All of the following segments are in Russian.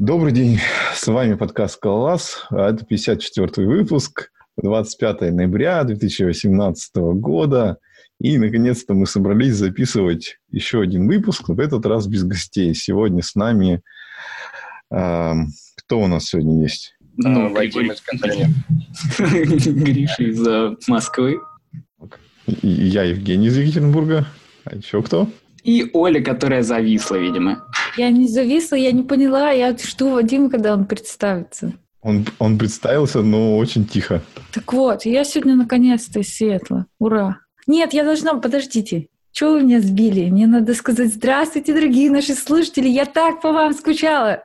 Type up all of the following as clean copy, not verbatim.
Добрый день, с вами подкаст «Скалолаз». Это 54-й выпуск, 25 ноября 2018 года. И, наконец-то, мы собрались записывать еще один выпуск, но в этот раз без гостей. Сегодня с нами... кто у нас сегодня есть? Вадим из Казани. Гриша из Москвы. Я Евгений из Екатеринбурга. А еще кто? И Оля, которая зависла, видимо. Я не зависла, я не поняла. Я жду Вадима, когда он представится. Он представился, но очень тихо. Так вот, я сегодня наконец-то из Сиэтла. Ура! Нет, я должна... Подождите. Чего вы меня сбили? Мне надо сказать здравствуйте, дорогие наши слушатели. Я так по вам скучала.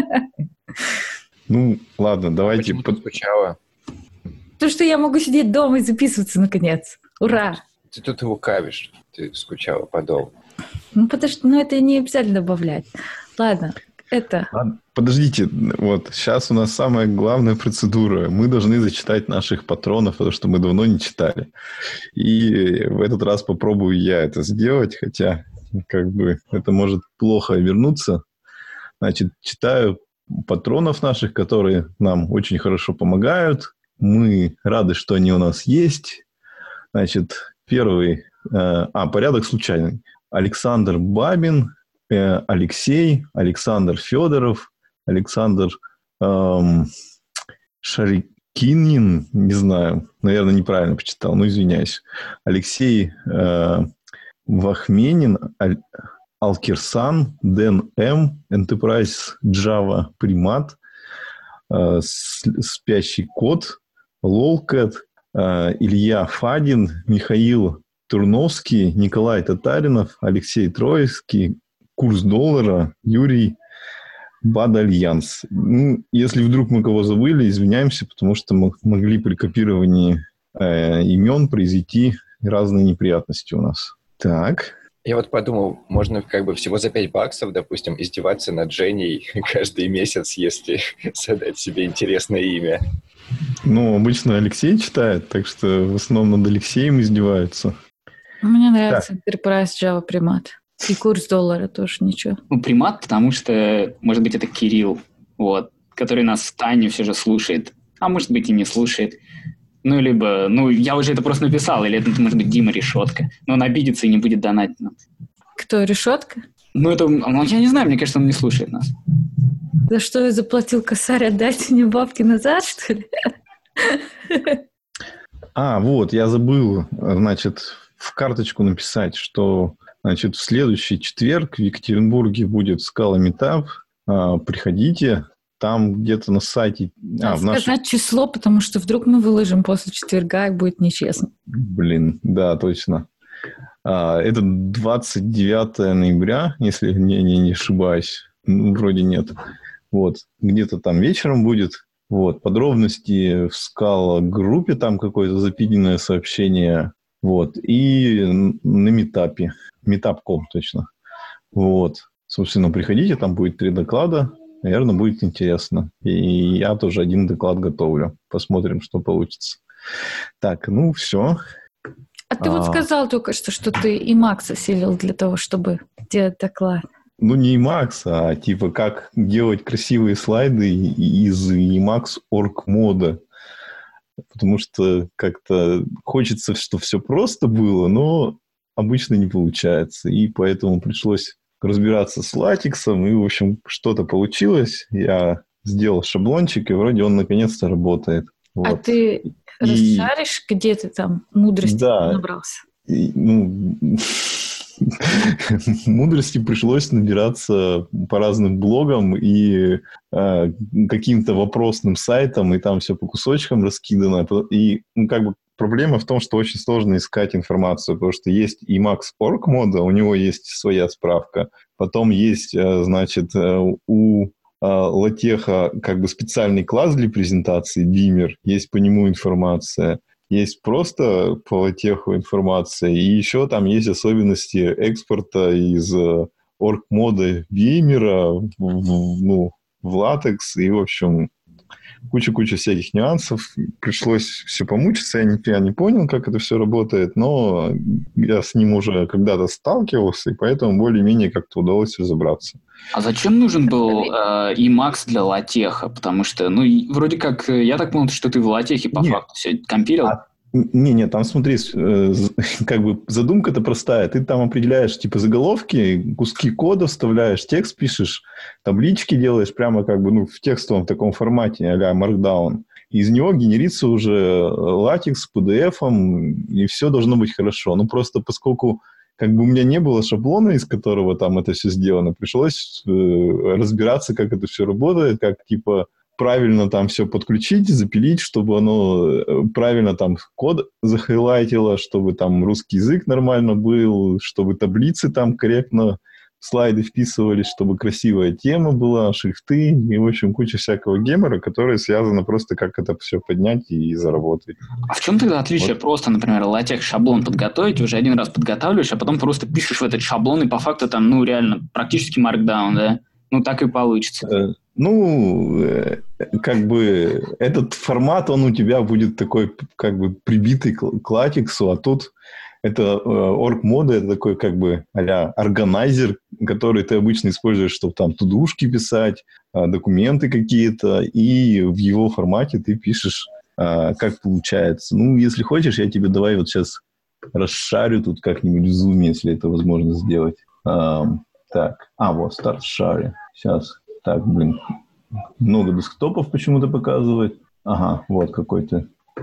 Ну, ладно, давайте... Почему ты скучала? То, что я могу сидеть дома и записываться наконец. Ура! Ты тут лукавишь. Ты скучала подолгу. Ну, подожди, это не обязательно добавлять. Ладно, это... Подождите, вот сейчас у нас самая главная процедура. Мы должны зачитать наших патронов, потому что мы давно не читали. И в этот раз попробую я это сделать, хотя как бы это может плохо вернуться. Значит, читаю патронов наших, которые нам очень хорошо помогают. Мы рады, что они у нас есть. Значит, первый... порядок случайный. Александр Бабин, Алексей, Александр Федоров, Александр Шарикинин, не знаю, наверное, неправильно почитал, но извиняюсь. Алексей Вахменин, Алкирсан, Дэн М, Enterprise Java Примат, Спящий кот, Лолкэт, Илья Фадин, Михаил Турновский, Николай Татаринов, Алексей Троицкий, Курс доллара, Юрий Бадальянс. Ну, если вдруг мы кого забыли, извиняемся, потому что мы могли при копировании имен произойти разные неприятности у нас. Так. Я вот подумал, можно как бы всего за $5, допустим, издеваться над Женей каждый месяц, если задать себе интересное имя. Ну, обычно Алексей читает, так что в основном над Алексеем издеваются. Мне нравится Enterprise Java Примат. И курс доллара тоже ничего. Ну, Примат, потому что, может быть, это Кирилл, вот, который нас в Тане все же слушает, а может быть и не слушает. Ну, либо, я уже это просто написал, или это, может быть, Дима Решетка. Но он обидится и не будет донатить нам. Кто, Решетка? Я не знаю, мне кажется, он не слушает нас. За что я заплатил косарь? Отдайте мне бабки назад, что ли? Вот, я забыл, значит, в карточку написать, что, значит, в следующий четверг в Екатеринбурге будет Скала Meetup. Приходите, там где-то на сайте... Сказать число, потому что вдруг мы выложим после четверга, и будет нечестно. Блин, да, точно. Это 29 ноября, если не ошибаюсь. Вроде нет. Вот, где-то там вечером будет. Вот, подробности в Скала-группе, там какое-то запиденное сообщение. Вот, и на Meetup. Meetup.com, точно. Вот, собственно, приходите, там будет 3 доклада. Наверное, будет интересно. И я тоже один доклад готовлю. Посмотрим, что получится. Так, все. А ты вот сказал только что ты и Макса селил для того, чтобы делать доклад. Ну, не Emacs, а типа как делать красивые слайды из Emacs Org мода. Потому что как-то хочется, чтобы все просто было, но обычно не получается. И поэтому пришлось разбираться с латексом. И, в общем, что-то получилось. Я сделал шаблончик, и вроде он наконец-то работает. Вот. А ты расшаришь, где ты там мудрости набрался? Мудрости пришлось набираться по разным блогам и каким-то вопросным сайтам, и там все по кусочкам раскидано. И проблема в том, что очень сложно искать информацию, потому что есть Emacs Org мода, у него есть своя справка. Потом есть, значит, у Латеха специальный класс для презентации, Dimmer, есть по нему информация. Есть просто по латеху информация, и еще там есть особенности экспорта из орг-мода Веймера в латекс, и, в общем, куча всяких нюансов. Пришлось все помучиться. Я нифига не понял, как это все работает, но я с ним уже когда-то сталкивался, и поэтому более-менее как-то удалось разобраться. А зачем нужен был Emacs для латеха? Потому что, вроде как, я так понял, что ты в латехе по факту все компилил. Не, там смотри, как бы задумка-то простая. Ты там определяешь типа заголовки, куски кода вставляешь, текст пишешь, таблички делаешь прямо как бы в текстовом таком формате, а-ля Markdown. Из него генерится уже LaTeX с PDF, и все должно быть хорошо. Просто поскольку как бы у меня не было шаблона, из которого там это все сделано, пришлось разбираться, как это все работает, как типа правильно там все подключить, запилить, чтобы оно правильно там код захайлайтило, чтобы там русский язык нормально был, чтобы таблицы там корректно слайды вписывались, чтобы красивая тема была, шрифты и, в общем, куча всякого гемора, которое связано просто как это все поднять и заработать. А в чем тогда отличие? Вот. Просто, например, LaTeX шаблон подготовить, уже один раз подготавливаешь, а потом просто пишешь в этот шаблон, и по факту там, реально, практически Markdown, да? Так и получится. Как бы этот формат, он у тебя будет такой, как бы прибитый к LaTeX, а тут это орг-моды, это такой как бы а-ля органайзер, который ты обычно используешь, чтобы там тудушки писать, документы какие-то, и в его формате ты пишешь, как получается. Если хочешь, я тебе давай вот сейчас расшарю тут как-нибудь в Zoom, если это возможно сделать. Так, вот, старт шаре. Сейчас, так, много десктопов почему-то показывает. Ага, вот какой-то.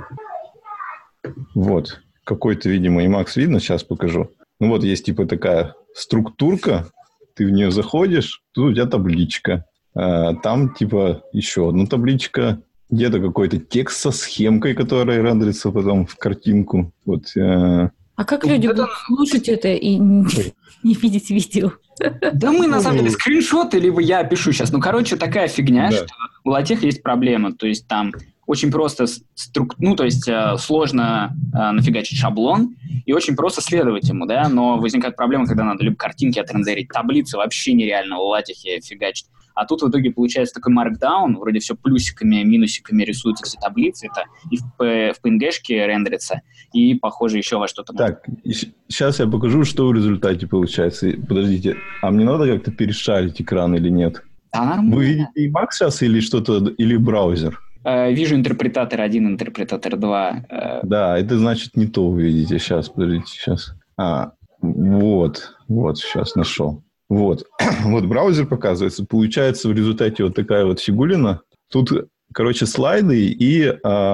Вот, какой-то, видимо, Emacs видно, сейчас покажу. Есть типа такая структурка, ты в нее заходишь, тут у тебя табличка. Там типа еще одна табличка, где-то какой-то текст со схемкой, которая рендерится потом в картинку. А как люди будут слушать это и не видеть видео? Да мы, на самом деле, скриншоты, либо я пишу сейчас. Такая фигня, да. Что у LaTeX есть проблема. То есть, там очень просто сложно нафигачить шаблон и очень просто следовать ему, да, но возникает проблема, когда надо либо картинки отрендерить, таблицы вообще нереально в LaTeX фигачить. А тут в итоге получается такой Markdown, вроде все плюсиками, минусиками рисуются все таблицы, это и в PNG-шке рендерится, и, похоже, еще во что-то. Так, сейчас я покажу, что в результате получается. Подождите, а мне надо как-то перешарить экран или нет? Да, нормально. Вы видите Emacs сейчас или что-то, или браузер? Вижу интерпретатор 1, интерпретатор 2. Да, это значит не то вы видите. Сейчас, подождите, сейчас. Вот, сейчас нашел. Вот браузер показывается. Получается в результате вот такая вот фигулина. Тут, слайды и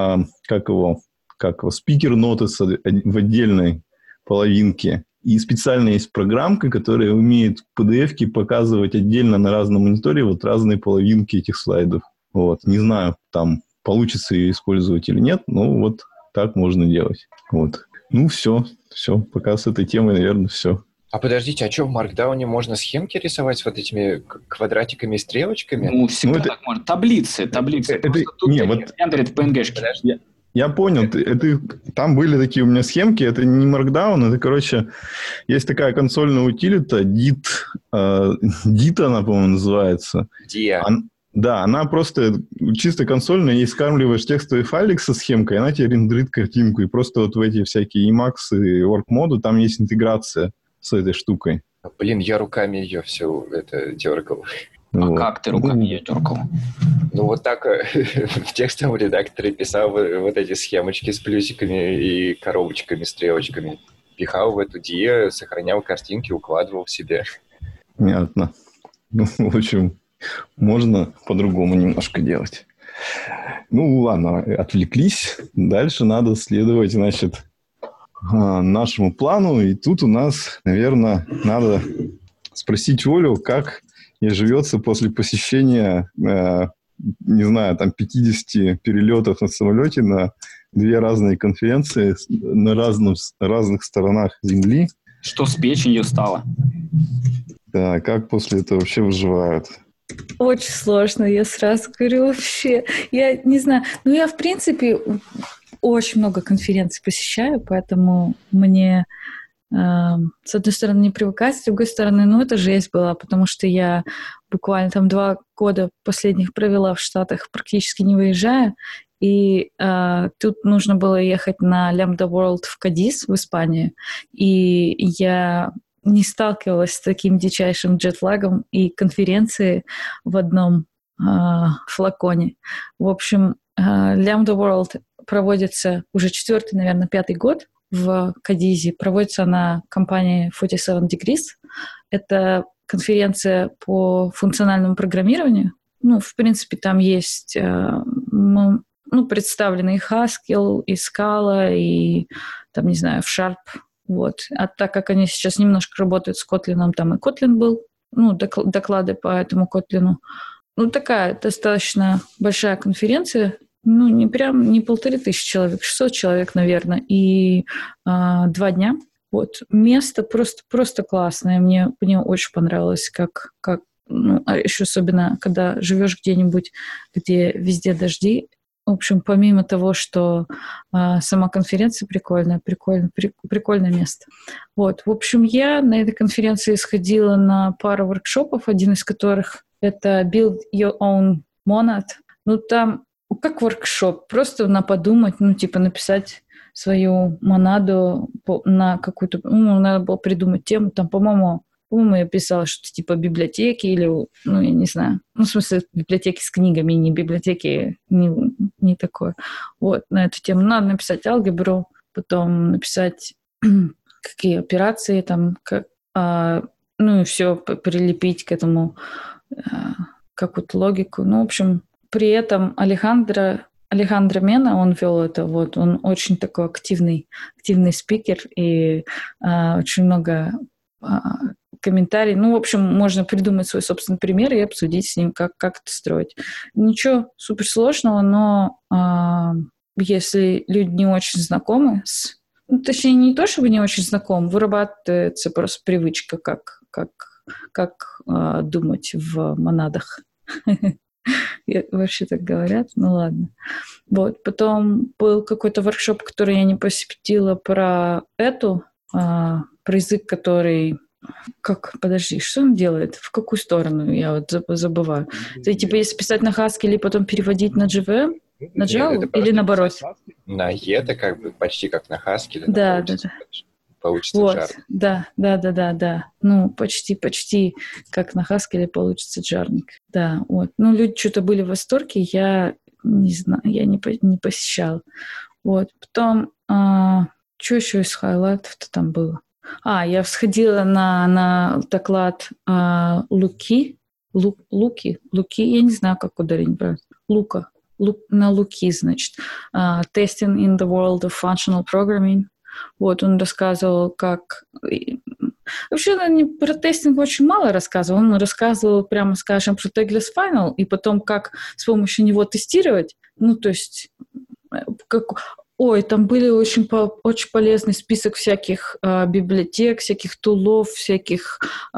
спикер нотеса в отдельной половинке. И специально есть программка, которая умеет PDF-ки показывать отдельно на разном мониторе разные половинки этих слайдов. Не знаю, там получится ее использовать или нет, но так можно делать. Все. Пока с этой темой, наверное, все. А подождите, а что, в Markdown можно схемки рисовать с этими квадратиками и стрелочками? Всегда так можно. Таблицы. Рендерит PNG-шки. Я понял. Там были такие у меня схемки. Это не Markdown, это, есть такая консольная утилита, Dit. Dit она, по-моему, называется. Dia. Да, она просто чисто консольная, ей скармливаешь текстовый файлик со схемкой, она тебе рендерит картинку. И просто в эти всякие Emacs и org-моды там есть интеграция с этой штукой. Я руками ее все это дергал. Как ты руками ее дергал? Так в текстовом редакторе писал эти схемочки с плюсиками и коробочками, стрелочками. Пихал в эту DIA, сохранял картинки, укладывал себе. Понятно. В общем, можно по-другому немножко делать. Ладно, отвлеклись. Дальше надо следовать, нашему плану. И тут у нас, наверное, надо спросить Олю, как ей живется после посещения, 50 перелетов на самолете на 2 разные конференции на разных сторонах Земли. Что с печенью стало? Да, как после этого вообще выживают? Очень сложно, я сразу говорю, вообще. Я не знаю. Я, в принципе, очень много конференций посещаю, поэтому мне с одной стороны, не привыкать, с другой стороны, ну, это жесть была, потому что я буквально там 2 года последних провела в Штатах, практически не выезжая, и тут нужно было ехать на Lambda World в Кадис, в Испанию, и я не сталкивалась с таким дичайшим джетлагом и конференцией в одном флаконе. В общем, Lambda World проводится уже 4-й, наверное, 5-й год в Кадизе. Проводится она компанией 47 Degrees. Это конференция по функциональному программированию. Ну, в принципе, там есть представлены и Haskell, и Scala, и, там, не знаю, в Sharp. Вот. А так как они сейчас немножко работают с Kotlin, там и Kotlin был, доклады по этому Kotlin. Такая достаточно большая конференция, не 1500 человек, 600 человек, наверное, и 2 дня. Вот. Место просто классное, мне очень понравилось, а еще особенно, когда живешь где-нибудь, где везде дожди. В общем, помимо того, что сама конференция прикольное место. Вот. В общем, я на этой конференции сходила на пару воркшопов, один из которых это Build Your Own Monad. Там как воркшоп, просто подумать, написать свою монаду на какую-то... надо было придумать тему, там, по-моему, я писала что-то типа библиотеки или, я не знаю. В смысле, библиотеки с книгами, не библиотеки, не такое. Вот, на эту тему надо написать алгебру, потом написать какие операции там, и все прилепить к этому какую-то логику. В общем, при этом Алехандро Мена, он вел это, он очень такой активный спикер, и очень много комментарий. В общем, можно придумать свой собственный пример и обсудить с ним, как это строить. Ничего суперсложного, но если люди не очень знакомы точнее, не то, чтобы не очень знакомы, вырабатывается просто привычка, как думать в монадах. Вообще так говорят, ну ладно. Потом был какой-то воркшоп, который я не посетила про язык, который... Подожди, что он делает? В какую сторону? Я забываю. Это если писать на Haskell и потом переводить на JVM? На Java или наоборот? На это почти как на Haskell. Да. Получится Jar. Да. Почти как на Haskell получится джарник. Да, люди что-то были в восторге, я не знаю, я не посещала. Потом, что еще из хайлайтов-то там было? Я сходила на доклад Луки, я не знаю, как ударение правильно. На Луки, значит. Testing in the World of Functional Programming. Он рассказывал, как... Вообще, он про тестинг очень мало рассказывал. Он рассказывал, прямо скажем, про Tagless Final, и потом, как с помощью него тестировать. Там были очень полезный список всяких библиотек, всяких тулов, всяких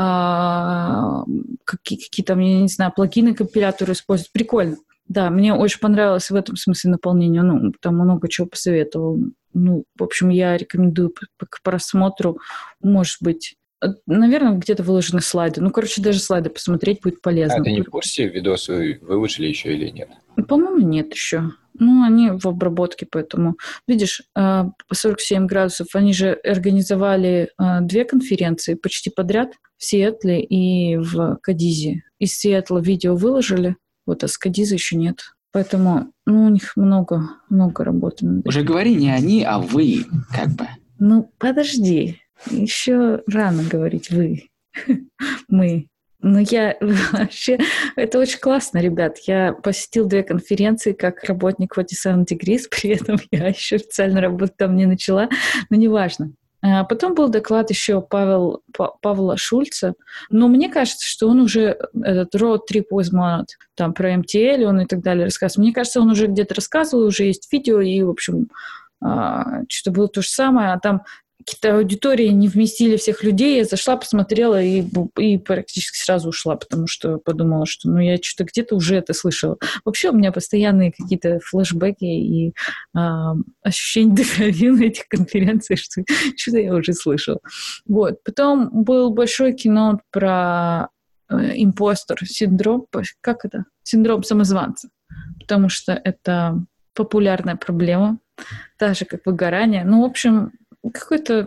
какие там, я не знаю, плагины, компиляторы используют. Прикольно. Да, мне очень понравилось в этом смысле наполнение. Там много чего посоветовал. В общем, я рекомендую к просмотру, может быть, наверное, где-то выложены слайды. Даже слайды посмотреть будет полезно. Ты не в курсе, видосы выложили еще или нет? По-моему, нет еще. Они в обработке, поэтому... Видишь, 47 градусов, они же организовали 2 конференции почти подряд в Сиэтле и в Кадизе. Из Сиэтла видео выложили, а с Кадиза еще нет. Поэтому у них много работы. Уже говори не они, а вы, Подожди. Еще рано говорить «вы». Мы. Я вообще... Это очень классно, ребят. Я посетил 2 конференции как работник 47 Degrees, при этом я еще официально работать там не начала, но неважно. Потом был доклад еще Павла Шульца, но мне кажется, что он уже этот Road Trip with Monad, там про MTL он и так далее рассказывал. Мне кажется, он уже где-то рассказывал, уже есть видео, и, в общем, что было то же самое, а там какие-то аудитории не вместили всех людей, я зашла, посмотрела и практически сразу ушла, потому что подумала, что ну я что-то где-то уже это слышала. Вообще у меня постоянные какие-то флешбеки и ощущение дежавю на этих конференциях, что что-то я уже слышала. Вот. Потом был большой кино про импостер синдром. Как это? Синдром самозванца. Потому что это популярная проблема, так же, как выгорание. Ну, в общем, какой-то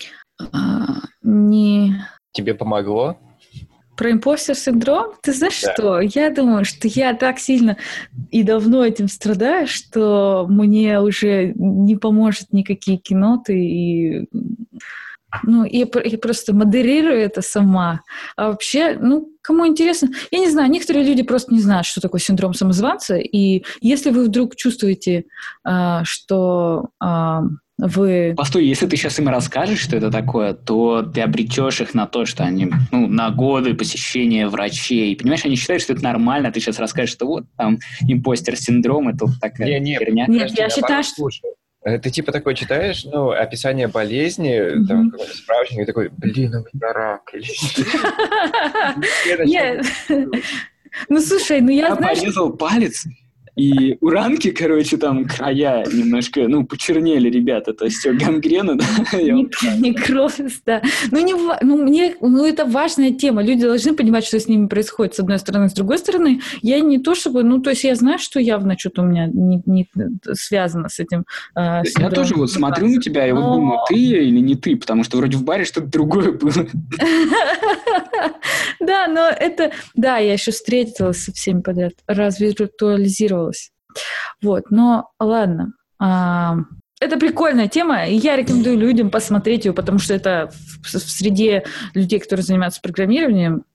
не... Тебе помогло? Про импостер синдром? Ты знаешь Да. что? Я думаю, что я так сильно и давно этим страдаю, что мне уже не поможет никакие киноты, и ну, я просто модерирую это сама. А вообще, ну, кому интересно... Я не знаю, некоторые люди просто не знают, что такое синдром самозванца, и если вы вдруг чувствуете, что вы... Постой, если ты сейчас им расскажешь, что это такое, то ты обречешь их на то, что они, ну, на годы посещения врачей. Понимаешь, они считают, что это нормально, ты сейчас расскажешь, что вот там импостер-синдром, это такая херня. Нет, я считаю, что... Ты типа такой читаешь, ну, описание болезни, там какой-то справочник, и такой, блин, у меня рак. Нет. Ну, слушай, ну я знаю, порезал палец, и у ранки, короче, там края немножко, ну, почернели, ребята, то есть гангрена, да? Некроз, да. Ну, это важная тема. Люди должны понимать, что с ними происходит, с одной стороны. С другой стороны, я не то чтобы... Ну, то есть я знаю, что явно что-то у меня не связано с этим Я тоже вот смотрю на тебя и вот думаю, ты или не ты, потому что вроде в баре что-то другое было. Да, но это... Да, я еще встретилась со всеми подряд, развиртуализировалась. Вот, но ладно. Это прикольная тема, и я рекомендую людям посмотреть ее, потому что это в среде людей, которые занимаются программированием,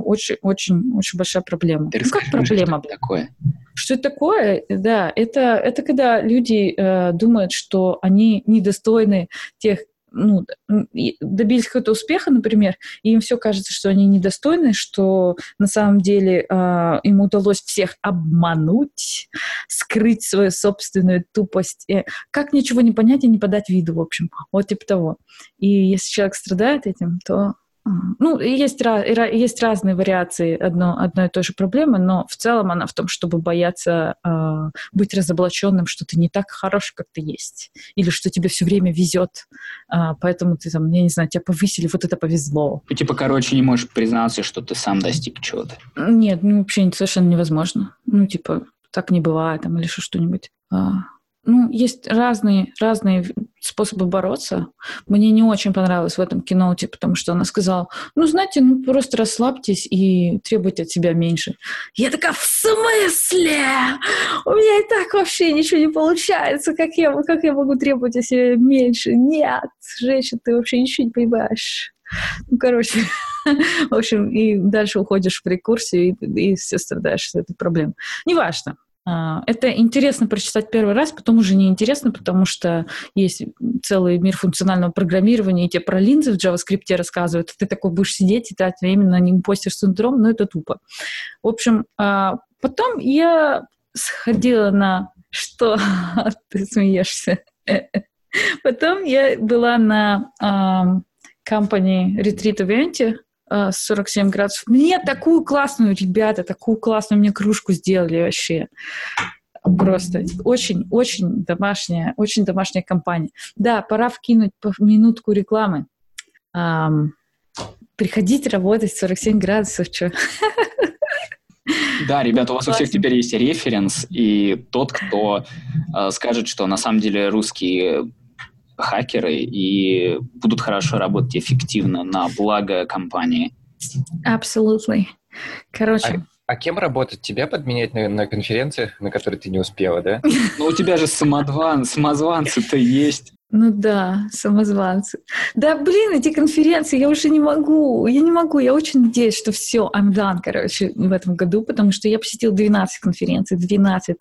очень большая проблема. Ты как проблема? Что это такое? Что это такое? Да, это когда люди думают, что они недостойны тех, ну, добились какого-то успеха, например, и им все кажется, что они недостойны, что на самом деле им удалось всех обмануть, скрыть свою собственную тупость. Как ничего не понять и не подать виду, в общем. Вот типа того. И если человек страдает этим, то... Ну, есть разные вариации одной и той же проблемы, но в целом она в том, чтобы бояться быть разоблаченным, что ты не так хорош, как ты есть, или что тебе все время везет, поэтому ты там, я не знаю, тебя повысили, вот это повезло. Ты типа, короче, не можешь признаться, что ты сам достиг чего-то. Нет, ну вообще совершенно невозможно. Ну, типа, так не бывает, там, или что-нибудь. Ну, есть разные способы бороться. Мне не очень понравилось в этом киноуте, потому что она сказала, ну, знаете, ну, просто расслабьтесь и требуйте от себя меньше. Я такая, в смысле? У меня и так вообще ничего не получается. Как я могу требовать от себя меньше? Нет, женщина, ты вообще ничего не понимаешь. Ну, короче, в общем, и дальше уходишь в рекурсию и все страдаешь от этой проблемы. Неважно. Это интересно прочитать первый раз, потом уже неинтересно, потому что есть целый мир функционального программирования, и тебе про линзы в JavaScript рассказывают, ты такой будешь сидеть и тратить время на импостер синдром, но это тупо. В общем, потом я сходила на... Что? Ты смеешься. Потом я была на компании Retreat Event, 47 градусов. Мне такую классную, ребята, мне кружку сделали вообще. Просто очень домашняя компания. Да, пора вкинуть минутку рекламы. Приходите работать в 47 градусов, что? Да, ребята, у вас у всех теперь есть референс, и тот, кто скажет, что на самом деле русские хакеры и будут хорошо работать эффективно на благо компании. Абсолютно. Короче. А кем работать? Тебя подменять на конференциях, на которые ты не успела, да? Ну, у тебя же самозванцы-то есть. Ну да, самозванцы. Да, блин, эти конференции, я уже не могу. Я очень надеюсь, что все, I'm done, короче, в этом году, потому что я посетила 12 конференций, 12.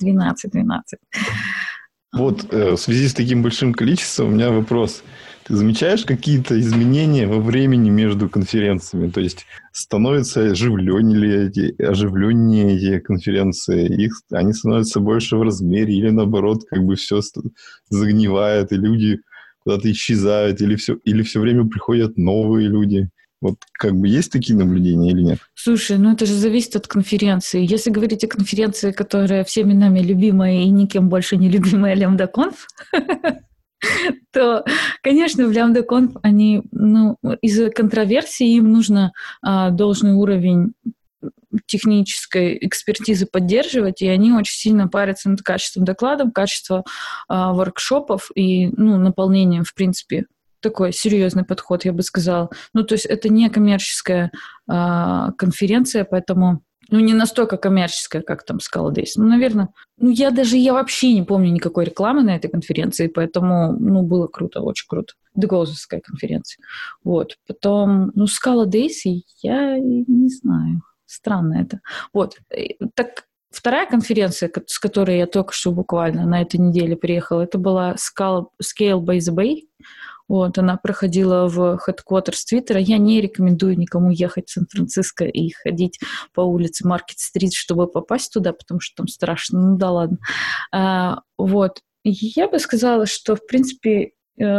Вот, в связи с таким большим количеством у меня вопрос. Ты замечаешь какие-то изменения во времени между конференциями? То есть становятся оживленнее эти конференции? Они становятся больше в размере или наоборот, как бы все загнивает, и люди куда-то исчезают, или все время приходят новые люди. Вот как бы есть такие наблюдения или нет? Слушай, ну это же зависит от конференции. Если говорить о конференции, которая всеми нами любимая и никем больше не любимая LambdaConf, то, конечно, в LambdaConf они, из-за контроверсии им нужно должный уровень технической экспертизы поддерживать, и они очень сильно парятся над качеством докладов, качеством воркшопов и наполнением, в принципе, такой серьезный подход, я бы сказала. То есть это не коммерческая конференция, поэтому не настолько коммерческая, как там Scala Days. Наверное, я вообще не помню никакой рекламы на этой конференции, поэтому, было круто, очень круто. Дегоузовская конференция. Вот. Потом, Scala Days, я не знаю. Странно это. Вот. Так, вторая конференция, с которой я только что буквально на этой неделе приехала, это была Scale by the Bay. Вот, она проходила в Headquarters Твиттера. Я не рекомендую никому ехать в Сан-Франциско и ходить по улице Маркет-стрит, чтобы попасть туда, потому что там страшно. Да ладно. Вот. Я бы сказала, что, в принципе,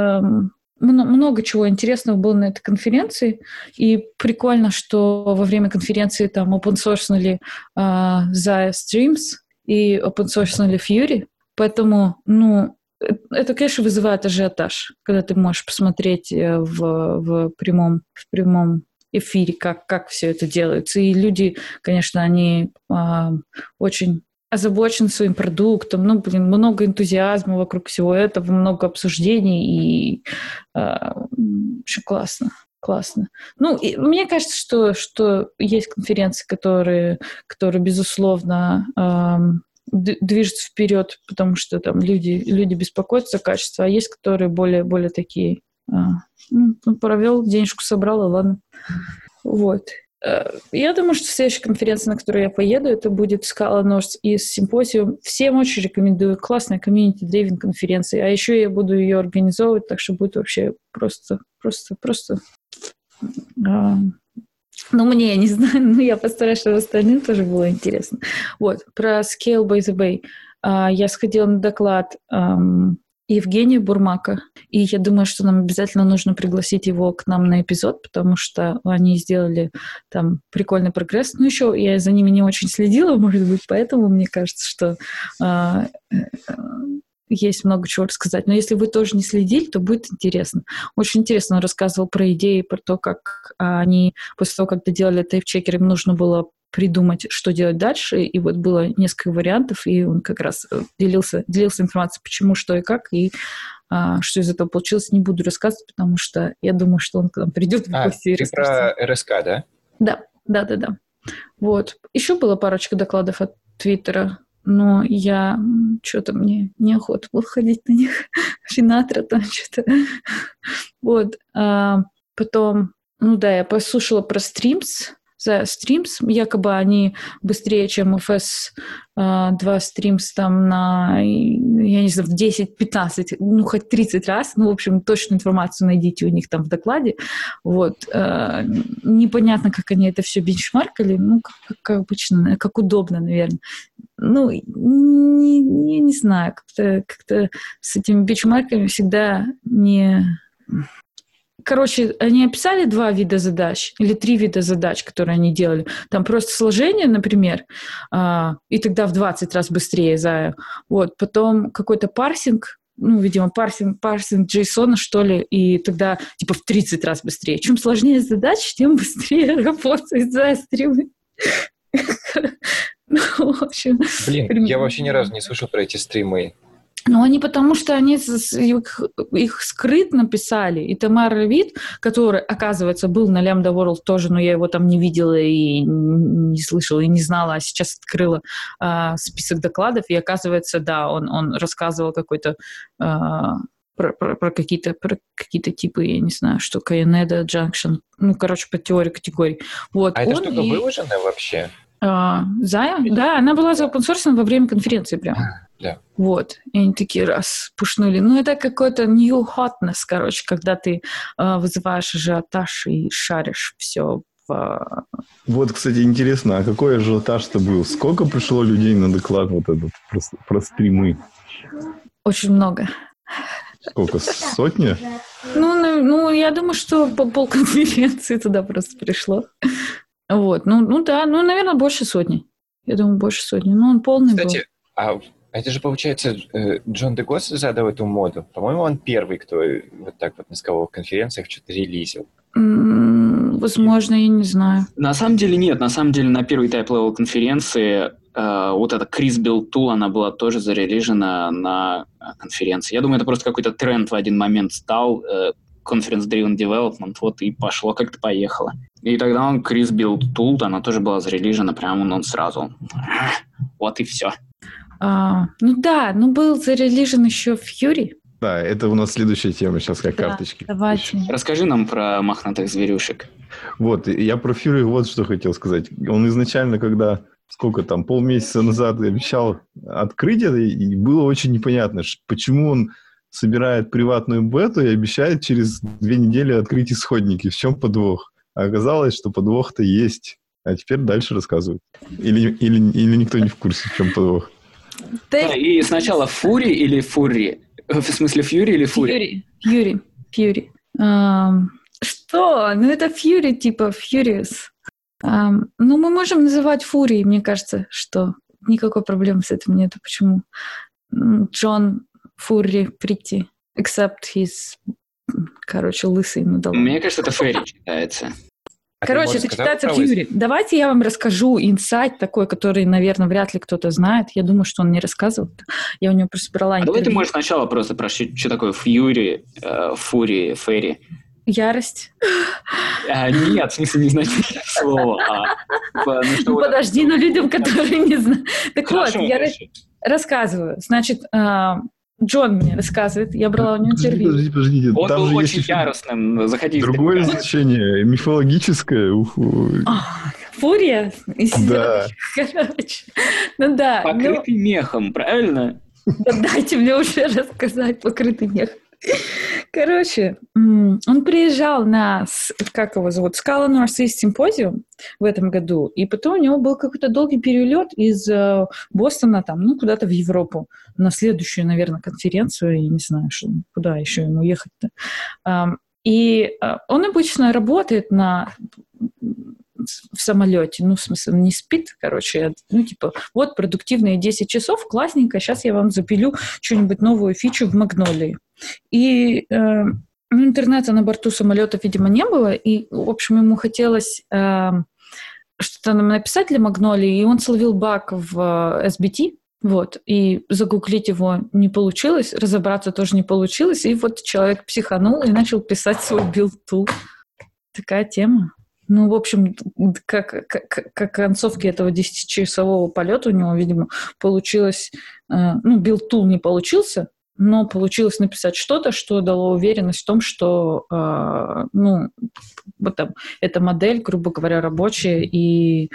много чего интересного было на этой конференции. И прикольно, что во время конференции там open-sourceнули Zaya Streams и open-sourceнули Fury. Поэтому, это, конечно, вызывает ажиотаж, когда ты можешь посмотреть в прямом эфире, как все это делается. И люди, конечно, они очень озабочены своим продуктом. Много энтузиазма вокруг всего этого, много обсуждений. И очень классно. Классно. И мне кажется, что есть конференции, которые безусловно, движется вперед, потому что там люди беспокоятся о качестве, а есть, которые более такие. Провел, денежку собрал, и ладно. Вот. Я думаю, что следующая конференция, на которую я поеду, это будет Scala North из симпозиум. Всем очень рекомендую. Классная комьюнити-драйвинг конференция. А еще я буду ее организовывать, так что будет вообще просто. Мне, я не знаю, я постараюсь, чтобы остальным тоже было интересно. Вот, про Scale by the Bay. Я сходила на доклад Евгения Бурмака, и я думаю, что нам обязательно нужно пригласить его к нам на эпизод, потому что они сделали там прикольный прогресс. Еще я за ними не очень следила, может быть, поэтому мне кажется, что есть много чего рассказать. Но если вы тоже не следили, то будет интересно. Очень интересно он рассказывал про идеи, про то, как они после того, как доделали тайп-чекер, им нужно было придумать, что делать дальше. И вот было несколько вариантов, и он как раз делился информацией, почему, что и как, и что из этого получилось, не буду рассказывать, потому что я думаю, что он к нам придет в гости и расскажет. Ты про РСК, да? Да. Вот. Еще была парочка докладов от Твиттера, но я что-то мне неохота было ходить на них. Финатра там что-то. Вот. Потом, я послушала про Streams. За Streams, якобы они быстрее, чем FS2 Streams там на, я не знаю, в 10, 15, хоть 30 раз. В общем, точную информацию найдите у них там в докладе. Вот. Непонятно, как они это все бенчмаркали. Как обычно, как удобно, наверное. Не знаю, как-то с этими бенчмарками всегда не... Короче, они описали 2 вида задач или 3 вида задач, которые они делали. Там просто сложение, например, и тогда в 20 раз быстрее Zaya. Вот. Потом какой-то парсинг, видимо, парсинг JSON, что ли, и тогда типа в 30 раз быстрее. Чем сложнее задач, тем быстрее работает Zaya стримы. В общем... Блин, я вообще ни разу не слышал про эти стримы. Они потому что они их скрытно писали. И Тамар Равид, который, оказывается, был на Lambda World тоже, но я его там не видела и не слышала, и не знала, а сейчас открыла список докладов, и оказывается, да, он рассказывал какой-то про какие-то типы, я не знаю, что Kayoneda, Junction, по теории категорий. Вот. А эта штука выложена вообще? Zaya? Да, она была за open source во время конференции прям. Да. Вот. И они такие раз пушнули. Это какой-то new hotness, когда ты вызываешь ажиотаж и шаришь все в... Вот, кстати, интересно, а какой ажиотаж-то был? Сколько пришло людей на доклад вот этот про стримы? Очень много. Сколько, сотни? Я думаю, что полконференции туда просто пришло. Вот, да, наверное, больше сотни. Я думаю, больше сотни. Он полный был. Кстати, а это же, получается, Джон Дегос задал эту моду. По-моему, он первый, кто вот так вот на скаловых конференциях что-то релизил. Возможно, я не знаю. На самом деле нет. На самом деле на первой type-level конференции вот эта Chris Build Tool, она была тоже зарелижена на конференции. Я думаю, это просто какой-то тренд в один момент стал. Conference-driven development, вот и пошло как-то поехало. И тогда он Chris Build Tool, она тоже была зарелижена, прямо он сразу. Вот и все. Был зарелижен еще Fury. Да, это у нас следующая тема сейчас, как карточки. Давайте. Расскажи нам про мохнатых зверюшек. Вот, я про Fury вот что хотел сказать. Он изначально, когда, полмесяца назад обещал открыть это, и было очень непонятно, почему он собирает приватную бету и обещает через 2 недели открыть исходники. В чем подвох? А оказалось, что подвох-то есть. А теперь дальше рассказывают. Или никто не в курсе, в чем подвох. Да, и сначала Fury или Fury? В смысле, Fury или Fury? Fury. Что? Это Fury, типа Furious. Мы можем называть Fury, мне кажется, что никакой проблемы с этим нету. Почему? Джон Fury Pretty. Except he's, лысый. Мне кажется, это Ферри читается. Это читается Fury. Давайте я вам расскажу инсайт такой, который, наверное, вряд ли кто-то знает. Я думаю, что он не рассказывал. Я у него просто брала интервью. Давай ты можешь сначала просто про что такое Fury, Fury, Ферри. Ярость. Нет, в смысле, не значит слово. Подожди, людям, которые не знают. Так вот, я рассказываю. Значит, Джон мне рассказывает, я брала у него интервью. Подождите. Он был очень яростным. Заходи. Другое значение, мифологическое. Фурия? Да. Да. Покрытый мехом, правильно? Да дайте мне уже рассказать, покрытый мехом. Он приезжал на, как его зовут, Scala North East Symposium в этом году, и потом у него был какой-то долгий перелет из Бостона куда-то в Европу на следующую, наверное, конференцию, я не знаю, куда еще ему ехать-то. И он обычно работает в самолете, в смысле, не спит, вот продуктивные 10 часов, классненько, сейчас я вам запилю что-нибудь новую фичу в Магнолии. И интернета на борту самолета, видимо, не было, и, в общем, ему хотелось что-то нам написать для Магнолии, и он словил баг в SBT, и загуглить его не получилось, разобраться тоже не получилось, и вот человек психанул и начал писать свой билд-тул. Такая тема. В общем, как концовки этого 10-часового полета у него, видимо, получилось... билд-тул не получился, но получилось написать что-то, что дало уверенность в том, что эта модель, грубо говоря, рабочая, и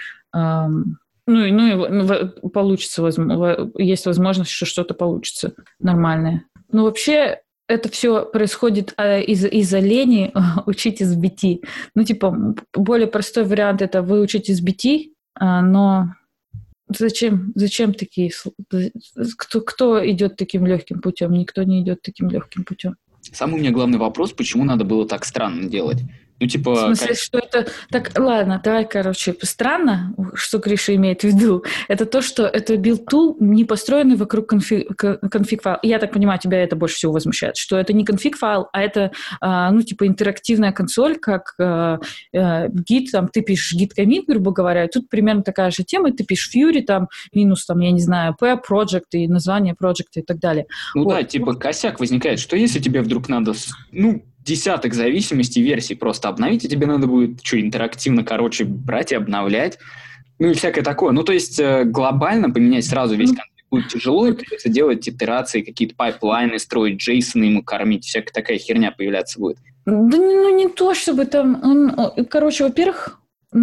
получится, есть возможность, что что-то получится нормальное. Вообще, это все происходит из-за лени учить из BT. Более простой вариант — это выучить из BT, но зачем такие... Кто идет таким легким путем? Никто не идет таким легким путем. Самый у меня главный вопрос, почему надо было так странно делать? В смысле, что это... Так, ладно, давай, странно, что Гриша имеет в виду, это то, что это билд-тул, не построенный вокруг конфиг-файла. Я так понимаю, тебя это больше всего возмущает, что это не конфиг-файл, а это, интерактивная консоль, как гид, ты пишешь git-commit, грубо говоря, и тут примерно такая же тема, ты пишешь Fury, минус, я не знаю, P-project и название проекта и так далее. Косяк возникает, что если тебе вдруг надо, десяток зависимостей версий просто обновить, и тебе надо будет интерактивно, брать и обновлять, и всякое такое. То есть глобально поменять сразу весь конфиг будет тяжело, и придется делать итерации, какие-то пайплайны строить, JSON ему кормить, всякая такая херня появляться будет. Да не то, чтобы во-первых...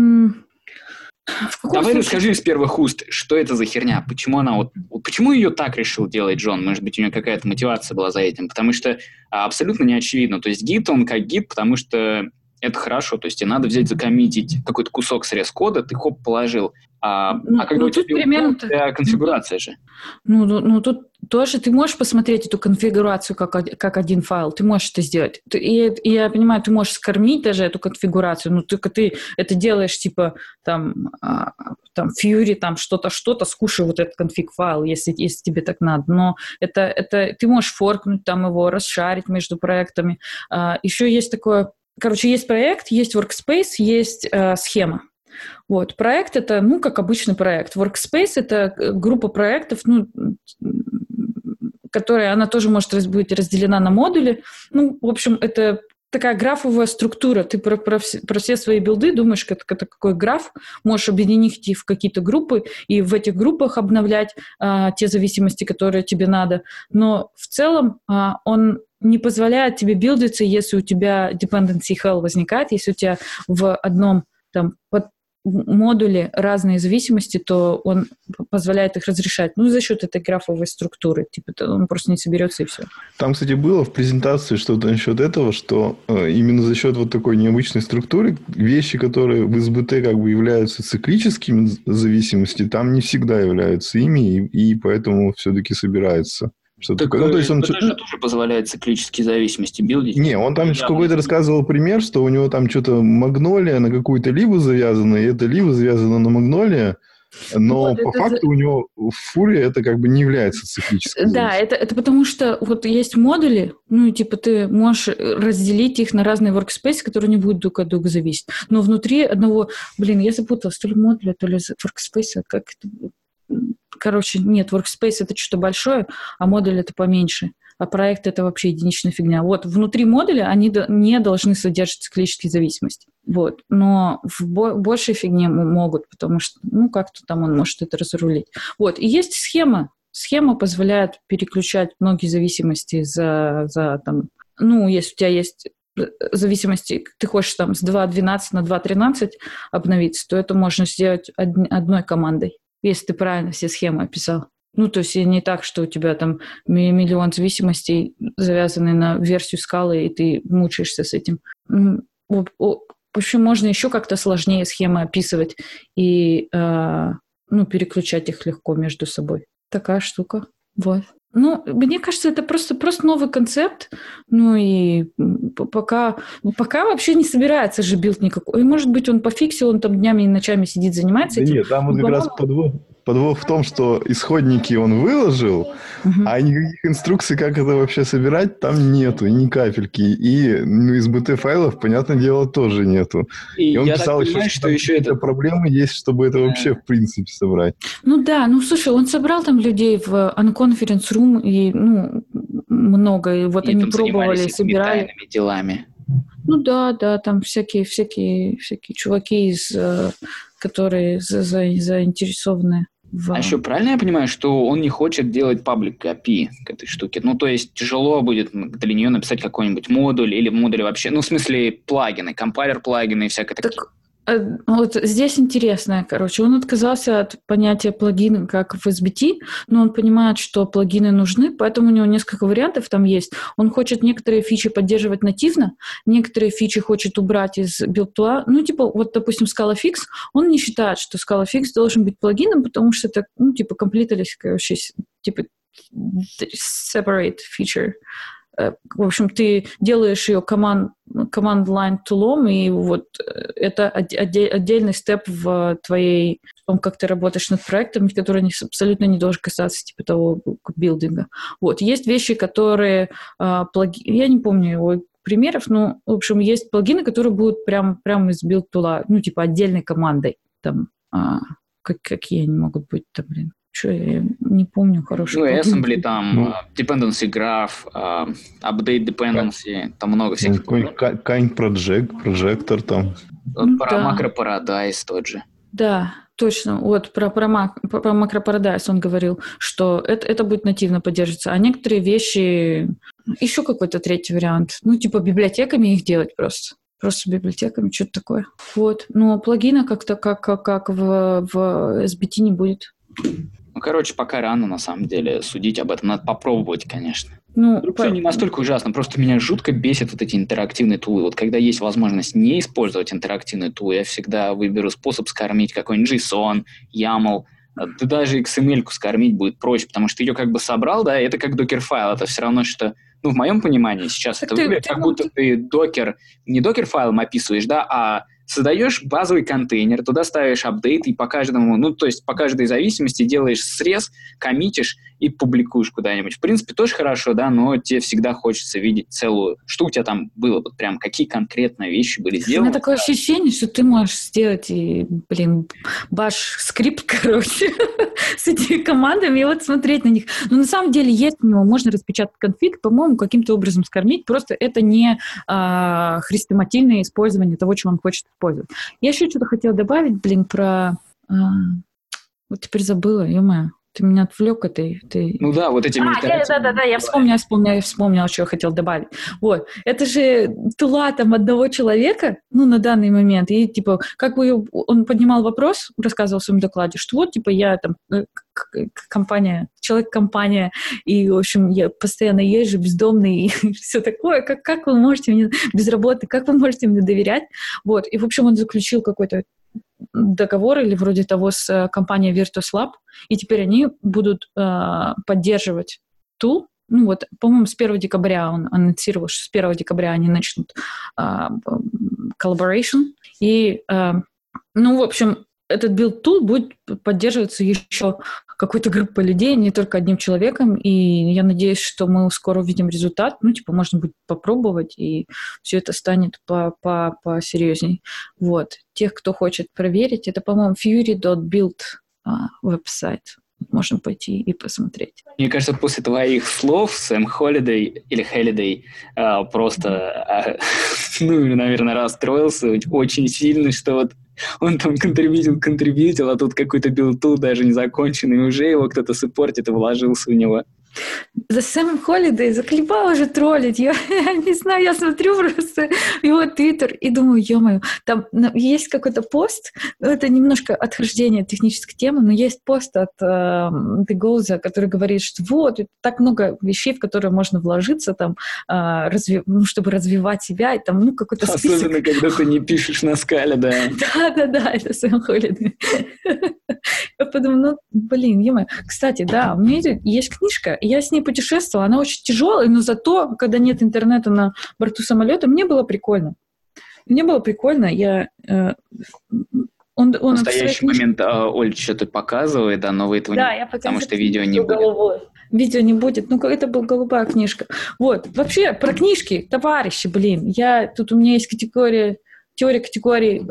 Давай расскажи из первых уст, что это за херня, почему ее так решил делать Джон? Может быть, у него какая-то мотивация была за этим, потому что абсолютно не очевидно. То есть гид, он как гид, потому что это хорошо. То есть тебе надо взять, закоммитить какой-то кусок срез кода, ты хоп, положил. Когда у тебя примерно конфигурация же. Тут тоже ты можешь посмотреть эту конфигурацию как один файл. Ты можешь это сделать. И я понимаю, ты можешь скормить даже эту конфигурацию, но только ты это делаешь типа там Fury, там что-то, скушай вот этот конфиг-файл, если тебе так надо. Но это ты можешь форкнуть там его, расшарить между проектами. Еще есть такое... Короче, есть проект, есть workspace, есть схема. Вот. Проект — это, как обычный проект. Workspace — это группа проектов, которая, она тоже может быть разделена на модули. В общем, это такая графовая структура. Ты про все свои билды думаешь, это какой граф, можешь объединить их в какие-то группы и в этих группах обновлять те зависимости, которые тебе надо. Но в целом он не позволяет тебе билдиться, если у тебя dependency hell возникает, если у тебя в одном модуле разные зависимости, то он позволяет их разрешать. За счет этой графовой структуры. Он просто не соберется и все. Там, кстати, было в презентации что-то насчет этого, что именно за счет вот такой необычной структуры вещи, которые в SBT как бы являются циклическими зависимостями, там не всегда являются ими, и поэтому все-таки собирается. Так, то есть он тоже позволяет циклические зависимости билдить? Не, он там какой-то рассказывал пример, что у него там что-то магнолия на какую-то ливу завязана, и эта лива завязана на магнолия, но по факту у него в фуре это как бы не является циклической. Да, это потому что вот есть модули, ты можешь разделить их на разные workspace, которые не будут друг от друга зависеть. Но внутри одного, я запуталась, то ли модуля, то ли workspace, как это... Короче, нет, workspace — это что-то большое, а модуль — это поменьше. А проект — это вообще единичная фигня. Вот, внутри модуля они не должны содержать циклические зависимости. Вот. Но в большей фигне могут, потому что, как-то там он может это разрулить. Вот. И есть схема. Схема позволяет переключать многие зависимости если у тебя есть зависимости, ты хочешь там с 2.12 на 2.13 обновиться, то это можно сделать одной командой, если ты правильно все схемы описал. То есть не так, что у тебя там миллион зависимостей, завязанные на версию скалы, и ты мучаешься с этим. В общем, можно еще как-то сложнее схемы описывать и переключать их легко между собой. Такая штука. Вот. Мне кажется, это просто новый концепт. И пока вообще не собирается же билд никакой. И, может быть, он пофиксил, он там днями и ночами сидит, занимается этим. Нет, там вот как раз подвох в том, что исходники он выложил, а никаких инструкций, как это вообще собирать, там нету, и ни капельки. И из BT-файлов, понятное дело, тоже нету. И он писал что еще это проблемы есть, чтобы это вообще в принципе собрать. Слушай, он собрал там людей в Unconference Room, и много, и вот и они пробовали, собирали. Делами. Да, там всякие чуваки, которые заинтересованы в... А еще правильно я понимаю, что он не хочет делать паблик API к этой штуке? То есть тяжело будет для нее написать какой-нибудь модуль или в модуле вообще, в смысле плагины, компайлер-плагины и всякое такое. Вот здесь интересно, он отказался от понятия плагин как в SBT, но он понимает, что плагины нужны, поэтому у него несколько вариантов там есть. Он хочет некоторые фичи поддерживать нативно, некоторые фичи хочет убрать из билд-тула. Допустим, ScalaFix, он не считает, что ScalaFix должен быть плагином, потому что это, completely, separate feature. В общем, ты делаешь ее command-line tool'ом, и вот это отдельный степ в том, как ты работаешь над проектом, который абсолютно не должен касаться того билдинга. Вот. Есть вещи, которые я не помню его примеров, но, в общем, есть плагины, которые будут прямо из билд-тула, отдельной командой. Там, какие они могут быть там, Что, я не помню хорошо. Assembly, там, dependency graph, update dependency, там много всяких. Kind projector там. Macro-Paradise тот же. Да, точно. Вот про Macro-Paradise он говорил, что это будет нативно поддерживаться. А некоторые вещи... Еще какой-то третий вариант. Библиотеками их делать просто. Просто библиотеками, что-то такое. Вот. Но плагина как в SBT не будет. Ну, короче, пока рано, на самом деле, судить об этом. Надо попробовать, конечно. Ну, Все не настолько ужасно, просто меня жутко бесит вот эти интерактивные тулы. Вот когда есть возможность не использовать интерактивные тулы, я всегда выберу способ скормить какой-нибудь JSON, YAML. Да даже XML-ку скормить будет проще, потому что ты ее как бы собрал, да, и это как докер-файл. Это все равно, что, ну, в моем понимании сейчас Так это выглядит, как будто ты докер, не докер-файлом описываешь, да, а создаешь базовый контейнер, туда ставишь апдейт, и по каждому, ну, то есть по каждой зависимости делаешь срез, коммитишь и публикуешь куда-нибудь. В принципе, тоже хорошо, да, но тебе всегда хочется видеть целую, что у тебя там было, вот прям какие конкретно вещи были у сделаны. меня такое ощущение, что ты можешь сделать, и, баш-скрипт, короче, с этими командами, и вот смотреть на них. Но на самом деле есть у него, можно распечатать конфиг, по-моему, каким-то образом скормить, просто это не хрестоматийное использование того, чего он хочет использовать. Я еще что-то хотела добавить, про... Вот теперь забыла, ё-моё. Ты меня отвлек этой... Ну да, вот этими... Да, я вспомнила, что я хотела добавить. Вот, это же тула там одного человека, ну, на данный момент, и, типа, как бы он поднимал вопрос, рассказывал в своем докладе, что вот, типа, я там компания, человек-компания, и, в общем, я постоянно езжу, бездомный, и все такое, как вы можете мне, без работы, как вы можете мне доверять? Вот, и, в общем, он заключил какой-то договор или вроде того с компанией VirtusLab, и теперь они будут поддерживать tool. Ну вот, по-моему, с 1 декабря он анонсировал, что с 1 декабря они начнут collaboration. И, ну, в общем, этот build tool будет поддерживаться еще какой-то группой людей, не только одним человеком, и я надеюсь, что мы скоро увидим результат, ну, типа, можно будет попробовать, и все это станет посерьезней. Вот. Тех, кто хочет проверить, это, по-моему, fury.build веб-сайт. Можно пойти и посмотреть. Мне кажется, после твоих слов Сэм Холидей или Холидей просто, ну, наверное, расстроился очень сильно, что вот он там контрибьютил, а тут какой-то билд-тул даже не законченный, и уже его кто-то саппортит и вложился в него. За Сэмом Холидей заколебал уже троллить. Я не знаю, я смотрю просто его твиттер и думаю, ё-моё, там есть какой-то пост, это немножко отхождение от технической темы, но есть пост от Дегоуза, который говорит, что вот, так много вещей, в которые можно вложиться, там, чтобы развивать себя, и там, ну, какой-то список. Особенно, когда ты не пишешь на скале, да. Да, это Сэм Холидей. Я подумала, ё-моё. Кстати, да, у меня есть книжка, я с ней путешествовала, она очень тяжелая, но зато, когда нет интернета на борту самолета, мне было прикольно. Он в настоящий момент Оль что-то показывает, да, но вы этого не... Потому что видео не будет. Видео не будет. Ну, это была голубая книжка. Вот. Вообще, про книжки, товарищи, тут у меня есть теория категорий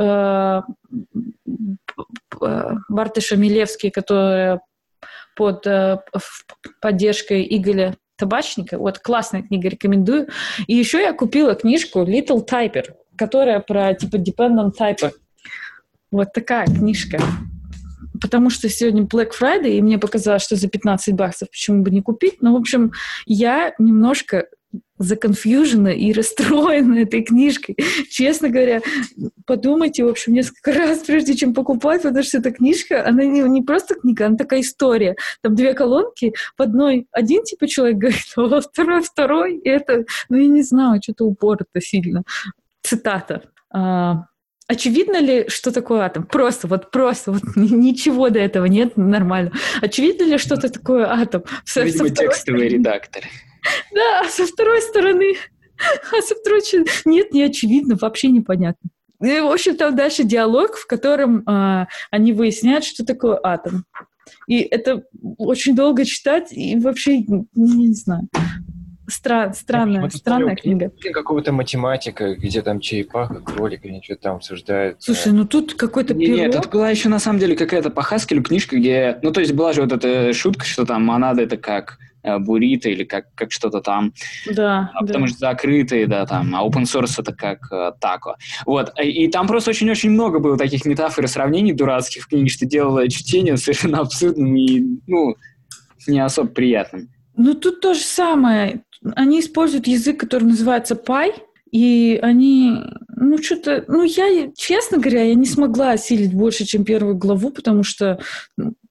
Бартыша Милевский, которая под поддержкой Игоря Табачника. Вот, классная книга, рекомендую. И еще я купила книжку Little Typer, которая про, типа, dependent type. Вот такая книжка. Потому что сегодня Black Friday, и мне показалось, что за $15 почему бы не купить. Но, в общем, я немножко законфьюжена и расстроена этой книжкой. Честно говоря, подумайте, в общем, несколько раз, прежде чем покупать, потому что эта книжка, она не просто книга, она такая история. Там 2 колонки, в одной один типа человек говорит, а во второй, и это, ну, я не знаю, что-то упорото сильно. Цитата. Очевидно ли, что такое атом? Просто ничего до этого нет, нормально. Очевидно ли, что это такое атом? Видимо, текстовый редактор. Да, со второй стороны. Нет, не очевидно, вообще непонятно. И, в общем, там дальше диалог, в котором они выясняют, что такое атом. И это очень долго читать, и вообще, не знаю. Странная книга. Какого-то математика, где там черепаха, кролик, или что-то там обсуждают. Слушай, ну тут какой-то пирог. Нет, это была еще на самом деле какая-то по Хаскелю книжка, где... Ну, то есть была же вот эта шутка, что там монада — это как буррито или как что-то там. Да. Потому что закрытые, да, там, а open source — это как тако. Вот. И там просто очень-очень много было таких метафор и сравнений дурацких в книге, что делало чтение совершенно абсурдным и, ну, не особо приятным. Ну, тут то же самое. Они используют язык, который называется Py, и они, я, честно говоря, я не смогла осилить больше, чем первую главу, потому что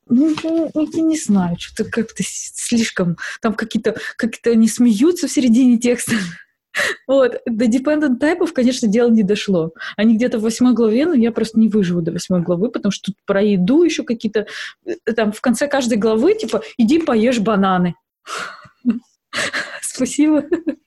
я не знаю, что-то как-то слишком... Там как-то они смеются в середине текста. Вот. До dependent type'ов, конечно, дело не дошло. Они где-то в 8 главе, но я просто не выживу до 8 главы, потому что тут про еду еще какие-то... Там в конце каждой главы, типа, иди поешь бананы. Спасибо.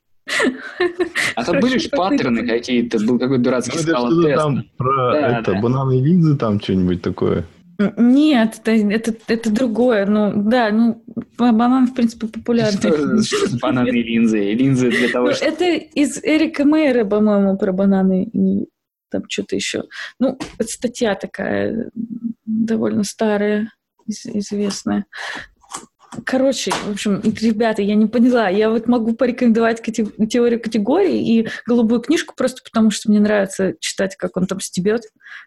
А там были же паттерны какие-то, был какой-то дурацкий скала-тест. Там про бананы и линзы, там что-нибудь такое. Нет, это другое. Банан, в принципе, популярный. Что за бананы и линзы? Линзы для того, чтобы... Это из Эрика Мейера, по-моему, про бананы и там что-то еще. Это статья такая довольно старая, известная. Короче, в общем, ребята, я не поняла. Я вот могу порекомендовать теорию категорий и голубую книжку просто потому, что мне нравится читать, как он там стебет.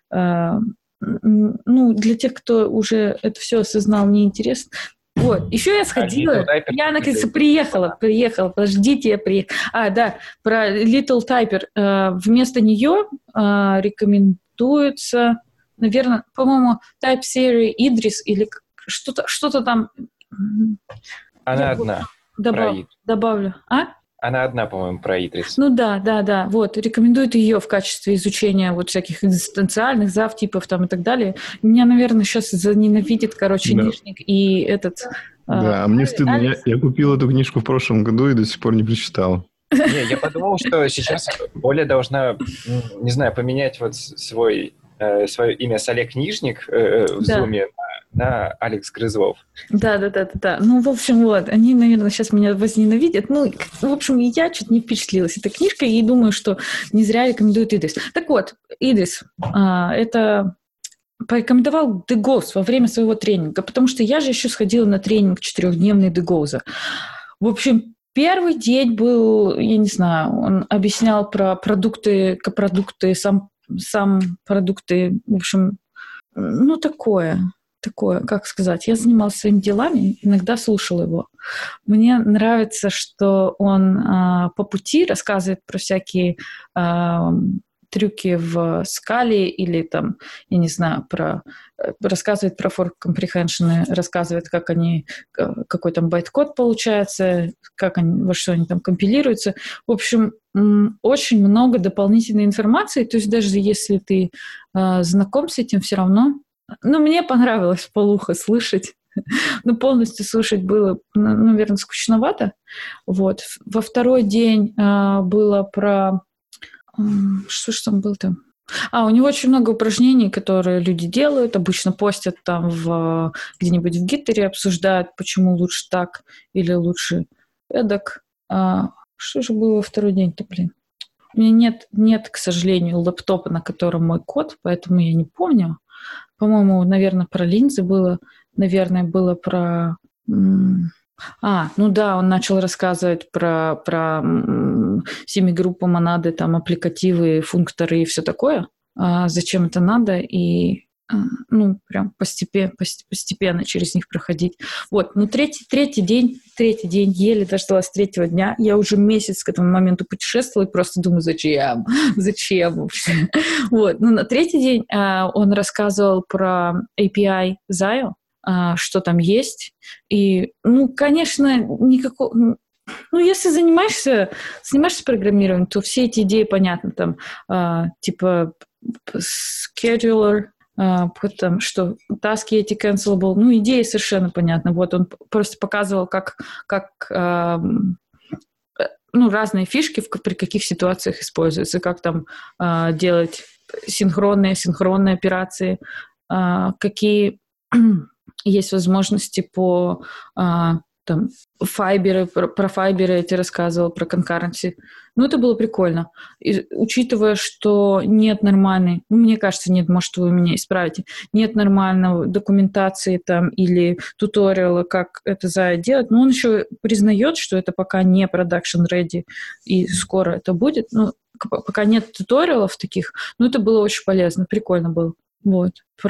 Для тех, кто уже это все осознал, мне интересно. Вот, еще я сходила, я наконец-то приехала, подождите, я приехала. Да, про Little Typer. Вместо нее рекомендуется, наверное, по-моему, Type Series Idris или что-то там. Она одна. Добавлю. Она одна, по-моему, про Идрис. Да. Вот, рекомендуют ее в качестве изучения вот всяких экзистенциальных завтипов там и так далее. Меня, наверное, сейчас заненавидит, Нижник и этот... Да, мне стыдно. Я купил эту книжку в прошлом году и до сих пор не прочитал. Не, я подумал, что сейчас Оля должна, не знаю, поменять вот свое имя с Олег Нижник в Зуме на Алекс Грызлов. Да. В общем, вот, они, наверное, сейчас меня возненавидят. В общем, я что-то не впечатлилась этой книжкой и думаю, что не зря рекомендуют Идрис. Так вот, Идрис, это порекомендовал Дегоуз во время своего тренинга, потому что я же еще сходила на тренинг 4-дневный Дегоуза. В общем, первый день был, я не знаю, он объяснял про продукты, копродукты, сам продукты, в общем, такое, как сказать. Я занималась своими делами, иногда слушала его. Мне нравится, что он по пути рассказывает про всякие трюки в скале или там, я не знаю, рассказывает про fork comprehension, рассказывает, какой там байт-код получается, во что они там компилируются. В общем, очень много дополнительной информации, то есть даже если ты знаком с этим, все равно. Мне понравилось вполуха слышать. Полностью слушать было, наверное, скучновато. Вот. Во второй день было про... Что ж там было-то? У него очень много упражнений, которые люди делают, обычно постят там где-нибудь в Гиттере, обсуждают, почему лучше так или лучше эдак. Что же было во второй день-то, блин? У меня нет, к сожалению, лэптопа, на котором мой код, поэтому я не помню. По-моему, наверное, про линзы было, наверное, было про... он начал рассказывать про семигруппу монады, там, аппликативы, функторы и все такое. Зачем это надо, и прям постепенно через них проходить. Вот, третий день, еле дождалась третьего дня. Я уже месяц к этому моменту путешествовала и просто думаю, зачем вообще? Вот, на третий день он рассказывал про API Zayo, что там есть. И, конечно, никакого... если занимаешься программированием, то все эти идеи понятны. Там, типа scheduler, потом, что таски эти cancelable, идеи совершенно понятны. Вот он просто показывал, как разные фишки при каких ситуациях используются, как там делать синхронные операции, какие есть возможности по файберы, про файберы я тебе рассказывала, про конкуренции. Это было прикольно. И, учитывая, что нет нормальной, мне кажется, нет, может, вы меня исправите, нет нормальной документации там или туториала, как это делать, но он еще признает, что это пока не production ready, и скоро это будет. Пока нет туториалов таких, это было очень полезно, прикольно было. Вот.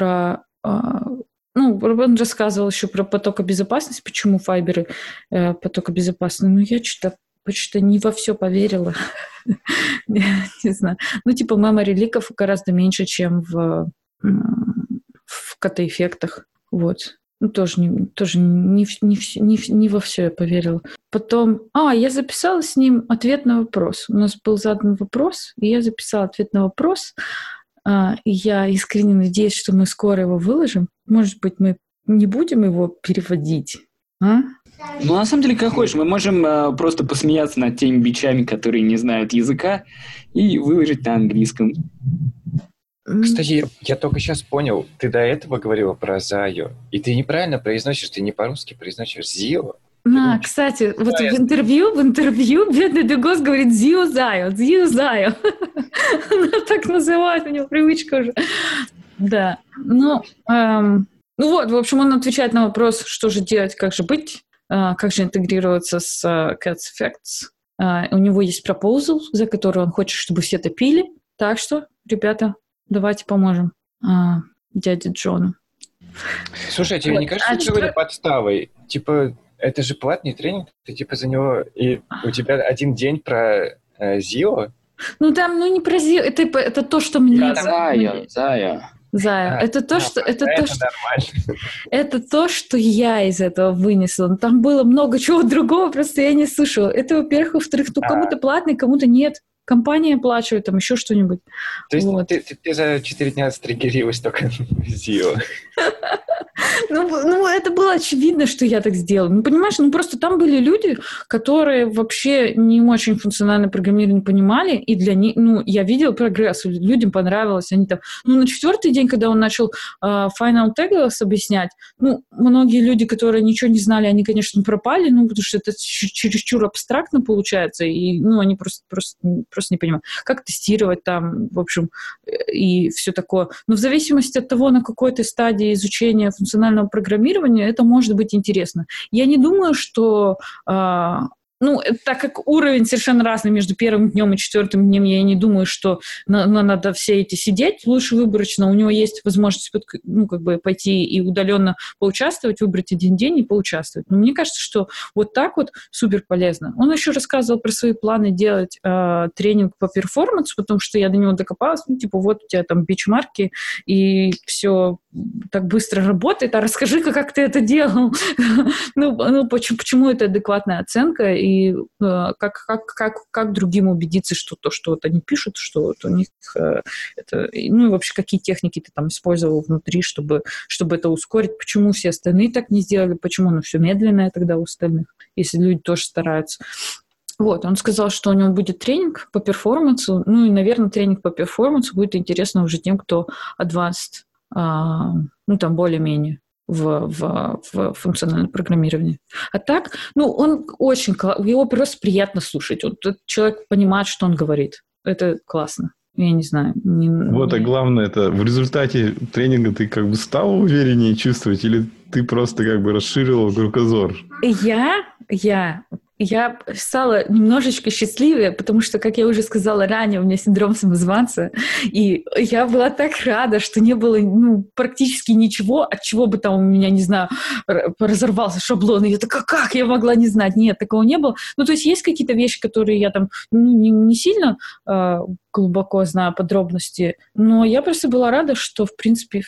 Он рассказывал еще про потокобезопасность, почему файберы потокобезопасны. Я что-то почти не во все поверила. Не знаю. Memory ликов гораздо меньше, чем в KT-эффектах. Вот. Ну, тоже не во все я поверила. Потом, я записала с ним ответ на вопрос. У нас был задан вопрос, и я записала ответ на вопрос. И я искренне надеюсь, что мы скоро его выложим. Может быть, мы не будем его переводить, а? Ну, на самом деле, как хочешь. Мы можем просто посмеяться над теми бичами, которые не знают языка, и выложить на английском. Кстати, я только сейчас понял, ты до этого говорила про Заю, и ты неправильно произносишь, ты не по-русски произносишь Зио. Кстати, вот в интервью бедный Дегос говорит Зио Заю. Она так называет, у него привычка уже. Да, ну вот, в общем, он отвечает на вопрос, что же делать, как же быть, как же интегрироваться с Cats Effects. У него есть proposal, за который он хочет, чтобы все топили. Так что, ребята, давайте поможем дяде Джону. Слушай, а тебе не кажется, что это подставой? Типа, это же платный тренинг, ты типа за него... И у тебя один день про Зио? Ну там, не про Зио, это то, что мне... Зая. Это то, что я из этого вынесла. Там было много чего другого, просто я не слышала. Это, во-первых. Во-вторых, кому-то платный, кому-то нет. Компания оплачивает, там еще что-нибудь. То есть вот. ты за 4 дня стригерилась только Зио? Ну, это было очевидно, что я так сделала. Ну, понимаешь, просто там были люди, которые вообще не очень функциональное программирование понимали, и для них, я видела прогресс, людям понравилось, они там... на 4-й день, когда он начал Final Tagless объяснять, многие люди, которые ничего не знали, они, конечно, пропали, потому что это чересчур абстрактно получается, и, они просто не понимают, как тестировать там, в общем, и все такое. Но в зависимости от того, на какой ты стадии изучения функционального программирования, это может быть интересно. Я не думаю, что... так как уровень совершенно разный между первым днем и 4-м днем, я не думаю, что надо все эти сидеть. Лучше выборочно. У него есть возможность пойти и удаленно поучаствовать, выбрать один день и поучаствовать. Но мне кажется, что вот так вот супер полезно. Он еще рассказывал про свои планы делать тренинг по перформансу, потому что я до него докопалась. Вот у тебя там бичмарки, и все так быстро работает. А расскажи-ка, как ты это делал. Почему это адекватная оценка? И как другим убедиться, что то, что они пишут, что вот у них это... и вообще, какие техники ты там использовал внутри, чтобы это ускорить, почему все остальные так не сделали, почему оно все медленное тогда у остальных, если люди тоже стараются. Вот, он сказал, что у него будет тренинг по перформансу, и, наверное, тренинг по перформансу будет интересно уже тем, кто advanced, там более-менее в функциональном программировании. А так, он очень... Его просто приятно слушать. Вот этот человек понимает, что он говорит. Это классно. Я не знаю. А главное, это в результате тренинга ты стала увереннее чувствовать, или ты просто расширила кругозор? Я стала немножечко счастливее, потому что, как я уже сказала ранее, у меня синдром самозванца, и я была так рада, что не было практически ничего, от чего бы там у меня, не знаю, разорвался шаблон, и я такая, как я могла не знать? Нет, такого не было. То есть есть какие-то вещи, которые я там не сильно глубоко знаю подробности, но я просто была рада, что, в принципе,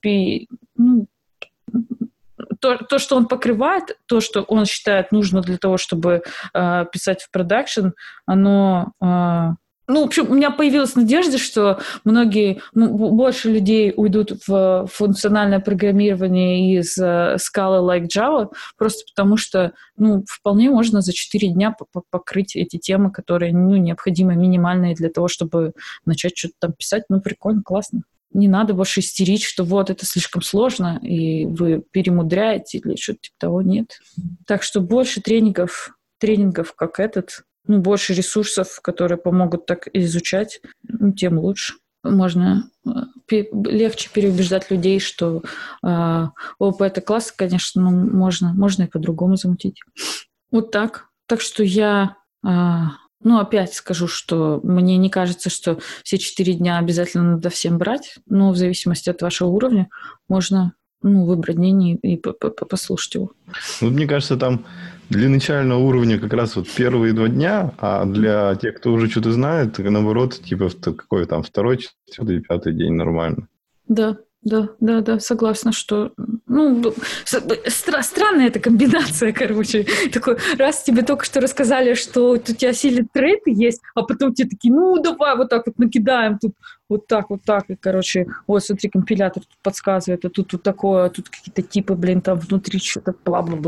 то, что он покрывает, то, что он считает нужно для того, чтобы писать в продакшн, оно... в общем, у меня появилась надежда, что больше людей уйдут в функциональное программирование из Scala like Java, просто потому что, вполне можно за 4 дня покрыть эти темы, которые, необходимы, минимальные для того, чтобы начать что-то там писать. Прикольно, классно. Не надо больше истерить, что вот это слишком сложно, и вы перемудряете или что-то типа того. Нет. Так что больше тренингов, как этот, больше ресурсов, которые помогут так изучать, тем лучше. Можно легче переубеждать людей, что это классно, конечно, но можно и по-другому замутить. Вот так. Так что я... опять скажу, что мне не кажется, что все 4 дня обязательно надо всем брать, но в зависимости от вашего уровня можно выбрать день и послушать его. Мне кажется, там для начального уровня как раз первые 2 дня, а для тех, кто уже что-то знает, наоборот, какой там 2-й, 4-й, 5-й день нормально. Да. Да, согласна, что... Ну, странная эта комбинация, короче. Такой, раз тебе только что рассказали, что у тебя сильные трейты есть, а потом тебе такие, ну, давай вот так вот накидаем тут вот так, и, короче, вот, смотри, компилятор тут подсказывает, а тут вот такое, а тут какие-то типы, блин, там внутри что-то бла-бла-бла.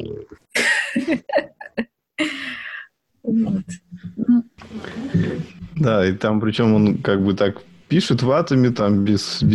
Да, и там причем он как бы так пишет в атоме, там без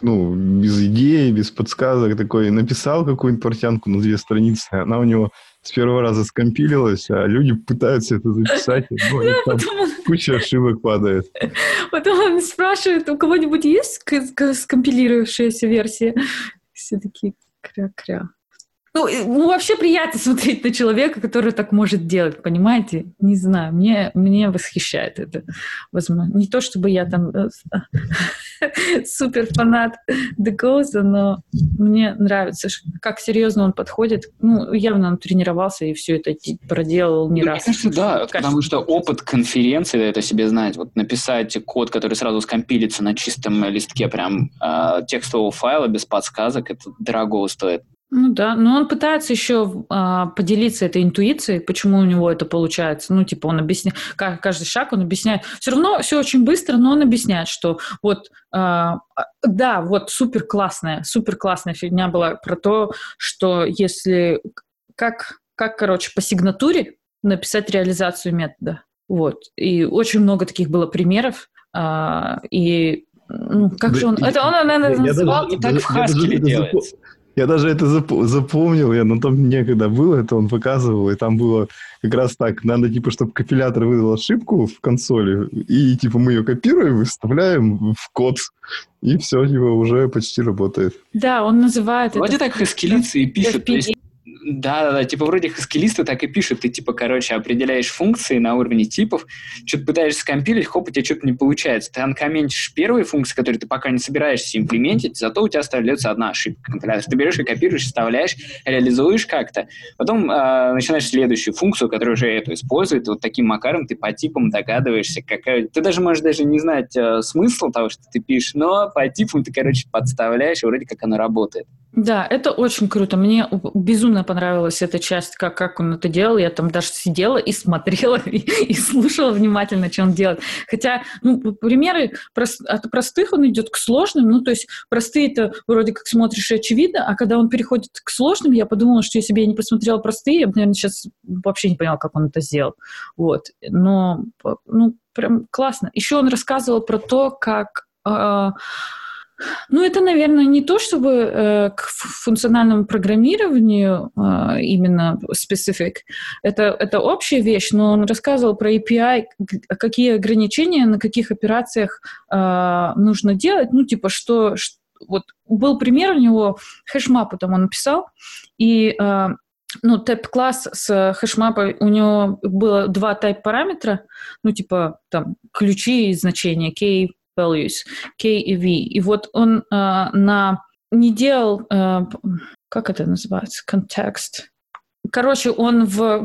идей, без подсказок, такой написал какую-нибудь портянку на 2 страницы, она у него с первого раза скомпилилась, а люди пытаются это записать, там куча ошибок падает. Потом он спрашивает, у кого-нибудь есть скомпилирующаяся версия? Все такие кря-кря. Ну, вообще приятно смотреть на человека, который так может делать, понимаете? Не знаю, мне восхищает это. Возможно, не то, чтобы я там супер фанат Декоуза, но мне нравится, как серьезно он подходит. Ну, явно он тренировался и все это проделал не раз. Мне кажется, да, потому что опыт конференции это себе знать. Вот написать код, который сразу скомпилится на чистом листке прям текстового файла без подсказок, это дорого стоит. Ну да, но он пытается еще поделиться этой интуицией, почему у него это получается. Ну, типа, он объясняет, каждый шаг он объясняет. Все равно все очень быстро, но он объясняет, что вот, да, вот супер классная фигня была про то, что если, короче, по сигнатуре написать реализацию метода. Вот. И очень много таких было примеров. И, ну, как же он... Это он, наверное, называл... Так в Haskell делается. Я даже это запомнил, но там некогда было, это он показывал, и там было как раз так, надо, типа, чтобы компилятор выдал ошибку в консоли, и, типа, мы ее копируем и вставляем в код, и все, типа, уже почти работает. Да, он называет вроде это... так хаскилицы и пишут, то есть, да, типа, вроде хаскилисты так и пишут, ты, типа, короче, определяешь функции на уровне типов, что-то пытаешься скомпилить, хоп, у тебя что-то не получается. Ты анкомментишь первые функции, которые ты пока не собираешься имплементить, зато у тебя остается одна ошибка компилятора. Ты берешь и копируешь, вставляешь, реализуешь как-то, потом начинаешь следующую функцию, которая уже эту использует, и вот таким макаром ты по типам догадываешься, какая... Ты даже можешь даже не знать смысл того, что ты пишешь, но по типам ты, короче, подставляешь, и вроде как оно работает. Да, это очень круто. Мне безумно понравилась эта часть, как он это делал. Я там даже сидела и смотрела, и слушала внимательно, что он делает. Хотя, ну, примеры от простых он идет к сложным. Ну, то есть простые это вроде как смотришь и очевидно, а когда он переходит к сложным, я подумала, что если бы я не посмотрела простые, я бы, наверное, сейчас вообще не поняла, как он это сделал. Вот. Но, ну, прям классно. Еще он рассказывал про то, как... Ну, это, наверное, не то, чтобы к функциональному программированию именно specific. Это общая вещь, но он рассказывал про API, какие ограничения, на каких операциях нужно делать. Ну, типа, что вот был пример у него, хэшмапу там он написал, и ну, type-класс с хэшмапой, у него было 2 type-параметра, ну, типа, там, ключи и значения, key, values, K и V. И вот он не делал, как это называется, context. Короче, он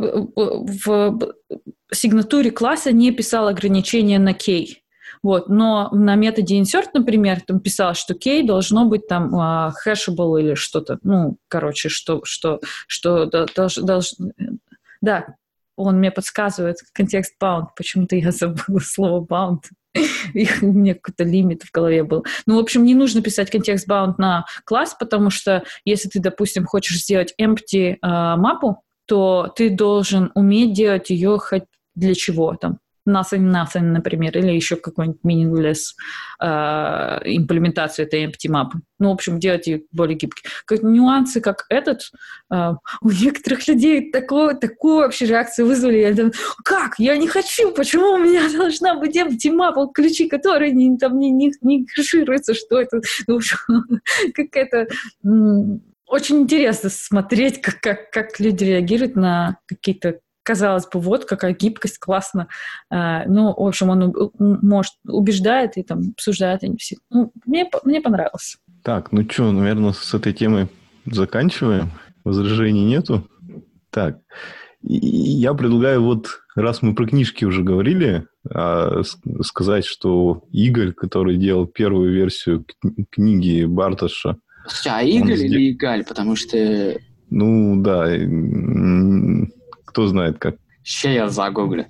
в сигнатуре класса не писал ограничения на K. Вот. Но на методе insert, например, там писал, что K должно быть там hashable или что-то. Ну, короче, что должно... Да, он мне подсказывает контекст bound. Почему-то я забыла слово bound. У меня какой-то лимит в голове был. Ну, в общем, не нужно писать контекст bound на класс, потому что если ты, допустим, хочешь сделать empty мапу, то ты должен уметь делать ее хоть для чего там. Nothing, например, или еще какой-нибудь meaningless имплементацию этой empty мапы. Ну, в общем, делать ее более гибкой. Нюансы, как этот, у некоторых людей такую вообще реакцию вызвали. Я думаю, как? Я не хочу! Почему у меня должна быть empty мапа, ключи, которые не хэшируются? Что это? В общем, как-то... Очень интересно смотреть, как люди реагируют на какие-то, казалось бы, вот какая гибкость, классно. Ну, в общем, он убеждает и там обсуждает они все. Ну, мне понравилось. Так, ну что, наверное, с этой темой заканчиваем. Возражений нету. Так, И я предлагаю, вот раз мы про книжки уже говорили, сказать, что Игорь, который делал первую версию книги Барташа... А Игорь или Игаль? Потому что... Ну, да. Кто знает как. Сейчас я загуглю.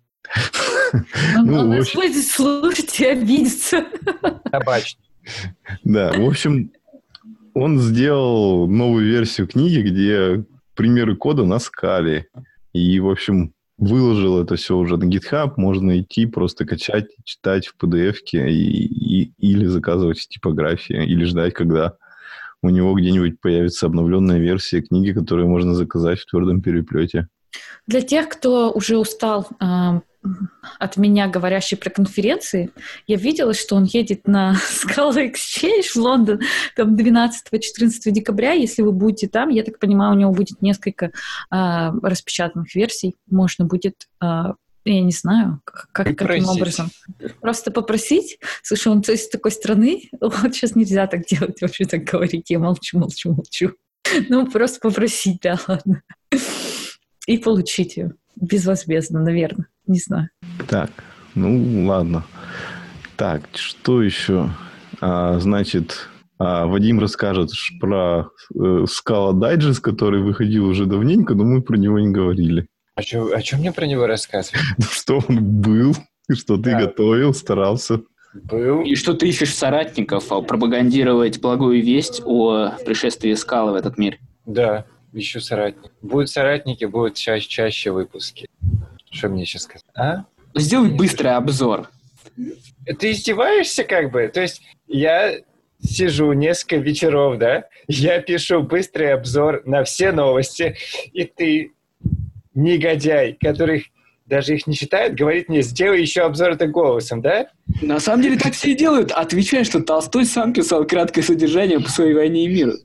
Он нас будет слушать и обидеться. Табачный. Да, в общем, он сделал новую версию книги, где примеры кода на скале. И, в общем, выложил это все уже на GitHub. Можно идти, просто качать, читать в PDF-ке или заказывать в типографии, или ждать, когда у него где-нибудь появится обновленная версия книги, которую можно заказать в твердом переплете. Для тех, кто уже устал от меня, говорящий про конференции, я видела, что он едет на Scala Exchange в Лондон там 12-14 декабря. Если вы будете там, я так понимаю, у него будет несколько распечатанных версий. Можно будет, я не знаю, каким образом. Просто попросить. Слушай, он из такой страны, вот сейчас нельзя так делать, вообще так говорить. Я молчу. Ну, просто попросить, да, ладно. И получить ее. Безвозмездно, наверное. Не знаю. Так, ну ладно. Так, что еще? Значит, Вадим расскажет про Scala Digest, который выходил уже давненько, но мы про него не говорили. А что мне про него рассказывать? Что он был, что ты готовил, старался. Был. И что ты ищешь соратников, пропагандировать благую весть о пришествии Scala в этот мир. Да. Ищу соратников. Будут соратники, будут чаще выпуски. Что мне сейчас сказать? Сделай быстрый обзор. Ты издеваешься как бы? То есть я сижу несколько вечеров, да? Я пишу быстрый обзор на все новости, и ты, негодяй, которых даже их не читают, говорит мне, сделай еще обзор это голосом, да? На самом деле так все и делают. Отвечая, что Толстой сам писал краткое содержание по своей «Войне и миру».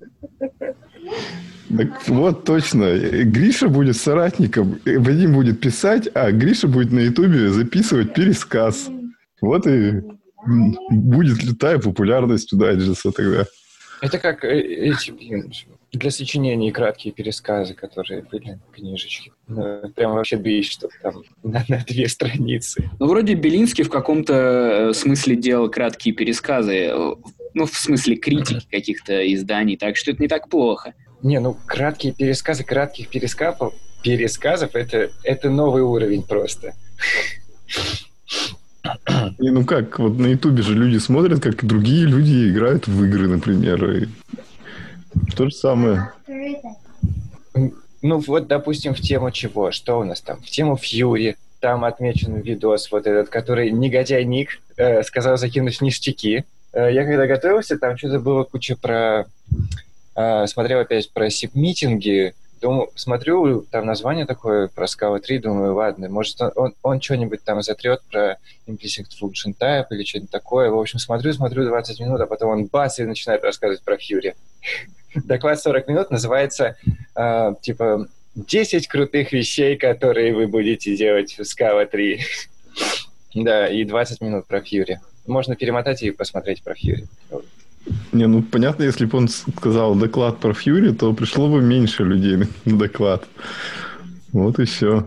Так вот, точно. Гриша будет соратником, Вадим будет писать, а Гриша будет на Ютубе записывать пересказ. Вот и будет лютая популярность у Дайджеста тогда. Это как эти, для сочинений краткие пересказы, которые были в книжечке. Прям вообще бей, что там на 2 страницы. Ну, вроде Белинский в каком-то смысле делал краткие пересказы, ну, в смысле критики каких-то изданий, так что это не так плохо. Не, ну, краткие пересказы кратких пересказов это новый уровень просто. И ну как, вот на Ютубе же люди смотрят, как другие люди играют в игры, например. И то же самое. Ну вот, допустим, в тему чего? Что у нас там? В тему Фьюри. Там отмечен видос вот этот, который негодяй Ник сказал закинуть ништяки. Я когда готовился, там что-то было куча про... Смотрел опять про SIP-митинги. Думаю, смотрю, там название такое про Scala 3, думаю, ладно, может он что-нибудь там затрет про Implicit Function Type или что-нибудь такое. В общем, смотрю 20 минут, а потом он бац и начинает рассказывать про Fury. Доклад 40 минут называется типа 10 крутых вещей, которые вы будете делать в Scala 3. Да, и 20 минут про Fury. Можно перемотать и посмотреть про Fury. Не, ну понятно, если бы он сказал доклад про Fury, то пришло бы меньше людей на доклад. Вот и все.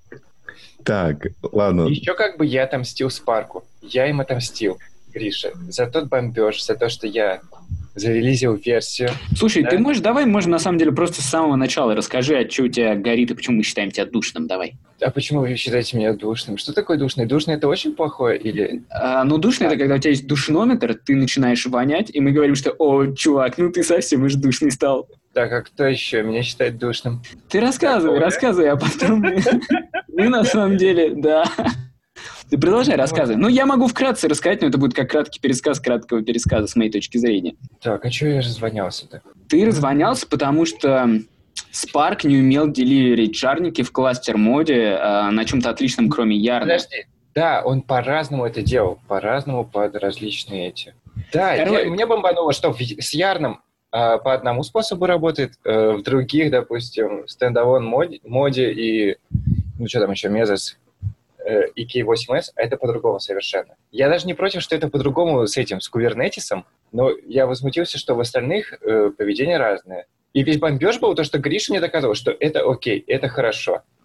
Так, ладно. Еще как бы я отомстил Спарку. Я им отомстил, Гриша, за тот бомбеж, за то, что я зарелизил версию. Слушай, да? ты можешь, давай, можно на самом деле просто с самого начала расскажи, от чего у тебя горит и почему мы считаем тебя душным, давай. А почему вы считаете меня душным? Что такое душный? Душный — это очень плохое или... Ну, душный — это когда у тебя есть душнометр, ты начинаешь вонять, и мы говорим, что «О, чувак, ну ты совсем уж душный стал». Так, а кто еще меня считает душным? Ты рассказывай, а потом мы на самом деле, да... Ты продолжай рассказывай. Ну, я могу вкратце рассказать, но это будет как краткий пересказ краткого пересказа с моей точки зрения. Так, а чего я развонялся-то? Ты развонялся, потому что Spark не умел деливерить шарники в кластер-моде на чем-то отличном, кроме Yarn. Подожди. Да, он по-разному это делал. По-разному под различные эти. Да, мне бомбануло, что с Yarn по одному способу работает, в других, допустим, стендалон моде и, ну что там еще, Mesos и K8S, а это по-другому совершенно. Я даже не против, что это по-другому с этим, с Kubernetes, но я возмутился, что в остальных поведение разное. И весь бомбеж был то, что Гриша мне доказывал, что это окей, это хорошо.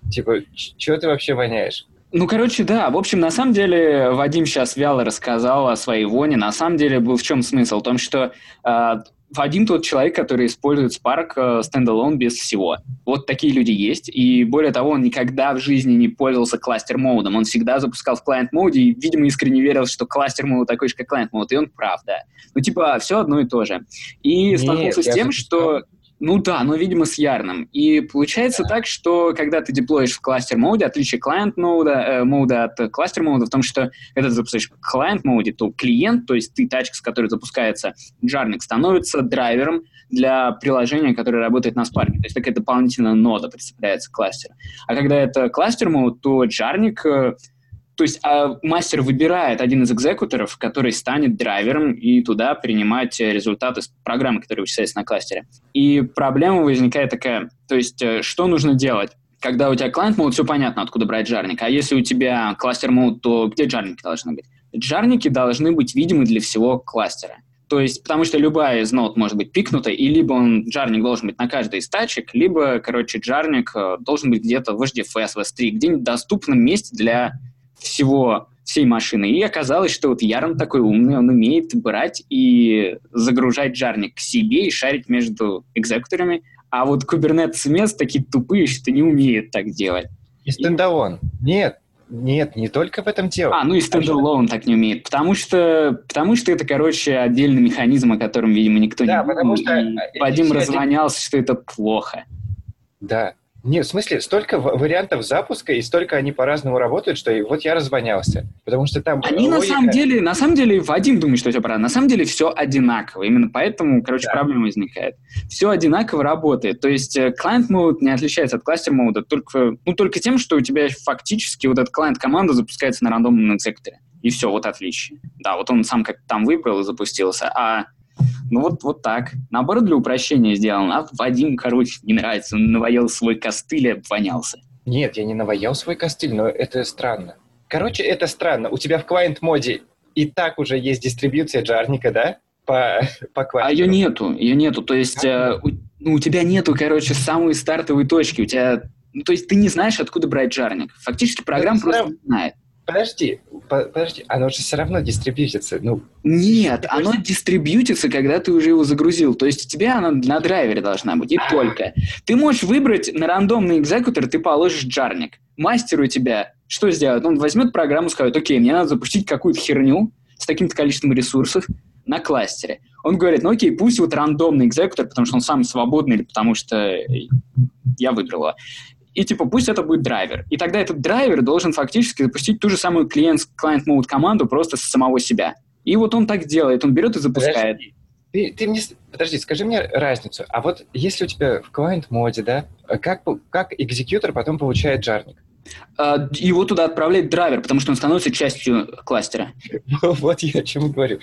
Типа, чего ты вообще воняешь? Ну, короче, да. В общем, на самом деле, Вадим сейчас вяло рассказал о своей воне. На самом деле, был в чем смысл? В том, что Вадим тот человек, который использует Spark стендалон без всего. Вот такие люди есть. И более того, он никогда в жизни не пользовался кластер-модом. Он всегда запускал в клиент-моде и, видимо, искренне верил, что кластер-мод такой же, как клиент-мод. И он прав, да. Ну, типа, все одно и то же. И столкнулся с тем, что... Ну да, но, видимо, с ярным. И получается так, что когда ты деплоишь в кластер-моде, отличие клиент-мода от кластер-мода в том, что когда ты запускаешь в клиент-моде, то клиент, то есть ты тачка, с которой запускается Jarnik, становится драйвером для приложения, которое работает на Spark. То есть такая дополнительная нода представляется кластера. А когда это кластер-мод, то Jarnik... То есть мастер выбирает один из экзекуторов, который станет драйвером и туда принимать результаты программы, которые вычисляются на кластере. И проблема возникает такая, то есть что нужно делать? Когда у тебя клиент-мод, все понятно, откуда брать Jarnik. А если у тебя кластер-мод, то где джарники должны быть? Джарники должны быть видимы для всего кластера. То есть, потому что любая из нод может быть пикнутой, и либо джарник должен быть на каждой из тачек, либо, джарник должен быть где-то в HDFS, в S3, где-нибудь в доступном месте для всей машины. И оказалось, что вот Ярн такой умный, он умеет брать и загружать джарник к себе и шарить между экзекуторами. А вот Kubernetes MES такие тупые, что не умеют так делать. И стендалон. Нет, не только в этом дело. Ну и стендалон так не умеет. Потому что это, отдельный механизм, о котором, видимо, никто не думал. Потому что Вадим развонялся, что это плохо. Да. Нет, в смысле, столько вариантов запуска, и столько они по-разному работают, что и вот я развонялся. Потому что там они логика... на самом деле, Вадим думает, что все правильно. На самом деле все одинаково. Именно поэтому, проблема возникает. Все одинаково работает. То есть client-мод не отличается от кластер-мода только тем, что у тебя фактически вот эта клиент-команда запускается на рандомном экзекуторе. И все, вот отличие. Да, вот он сам как-то там выбрал и запустился. Вот так. Наоборот, для упрощения сделано. А Вадим, не нравится. Он навоел свой костыль и обвонялся. Нет, я не навоел свой костыль, но это странно. Это странно. У тебя в клиент-моде и так уже есть дистрибьюция джарника, да? По кластеру. А ее нету. То есть у тебя нету, самой стартовой точки. У тебя... то есть ты не знаешь, откуда брать джарник. Фактически программа просто не знает. Подожди, оно же все равно дистрибьютится. Нет, оно дистрибьютится, когда ты уже его загрузил. То есть у тебя она на драйвере должна быть, и только. Ты можешь выбрать на рандомный экзекутор, ты положишь джарник. Мастер у тебя что сделает? Он возьмет программу, скажет: окей, мне надо запустить какую-то херню с таким-то количеством ресурсов на кластере. Он говорит: окей, пусть вот рандомный экзекутор, потому что он самый свободный, или потому что я выбрал его. И пусть это будет драйвер. И тогда этот драйвер должен фактически запустить ту же самую client-mode команду просто с самого себя. И вот он так делает, он берет и запускает. Подожди, скажи мне разницу. А вот если у тебя в client-моде, да, как экзекьютор потом получает джарник? Его туда отправляет драйвер, потому что он становится частью кластера. Вот я о чем говорю.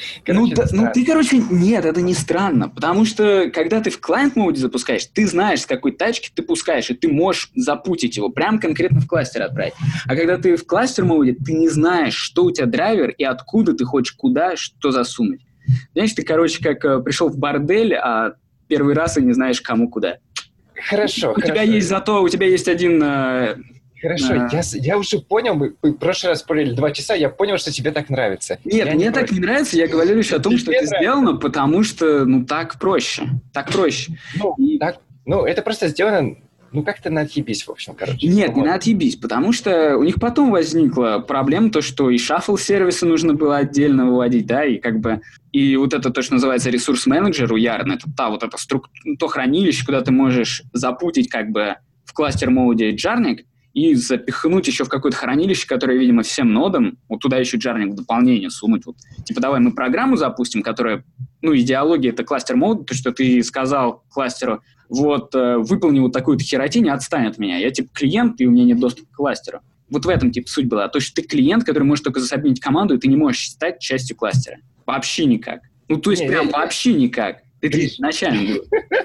Нет, это не странно, потому что, когда ты в клиент-моде запускаешь, ты знаешь, с какой тачки ты пускаешь, и ты можешь запутить его, прям конкретно в кластер отправить. А когда ты в кластер-моде, ты не знаешь, что у тебя драйвер, и откуда ты хочешь куда, что засунуть. Знаешь, ты, как пришел в бордель, а первый раз и не знаешь, кому куда. Хорошо. У тебя есть один... Хорошо, я уже понял, мы в прошлый раз спорили 2 часа, я понял, что тебе так нравится. Нет, мне так не нравится, я говорю лишь о том, что это сделано, потому что, так проще. Так проще. Это просто сделано, как-то на отъебись, в общем, Нет, не на отъебись, потому что у них потом возникла проблема, то, что и шаффл-сервисы нужно было отдельно выводить, да, и вот это то, что называется ресурс-менеджер у Yarn, это то хранилище, куда ты можешь запутить в кластер-моде джарник, и запихнуть еще в какое-то хранилище, которое, видимо, всем нодам, вот туда еще джарник в дополнение сунуть. Давай мы программу запустим, которая, идеология — это кластер-мод, то, что ты сказал кластеру, выполни вот такую-то херотень, отстань от меня. Я, клиент, и у меня нет доступа к кластеру. Вот в этом, суть была. То, что ты клиент, который может только засабминить команду, и ты не можешь стать частью кластера. Вообще никак. Вообще никак. Ты изначально.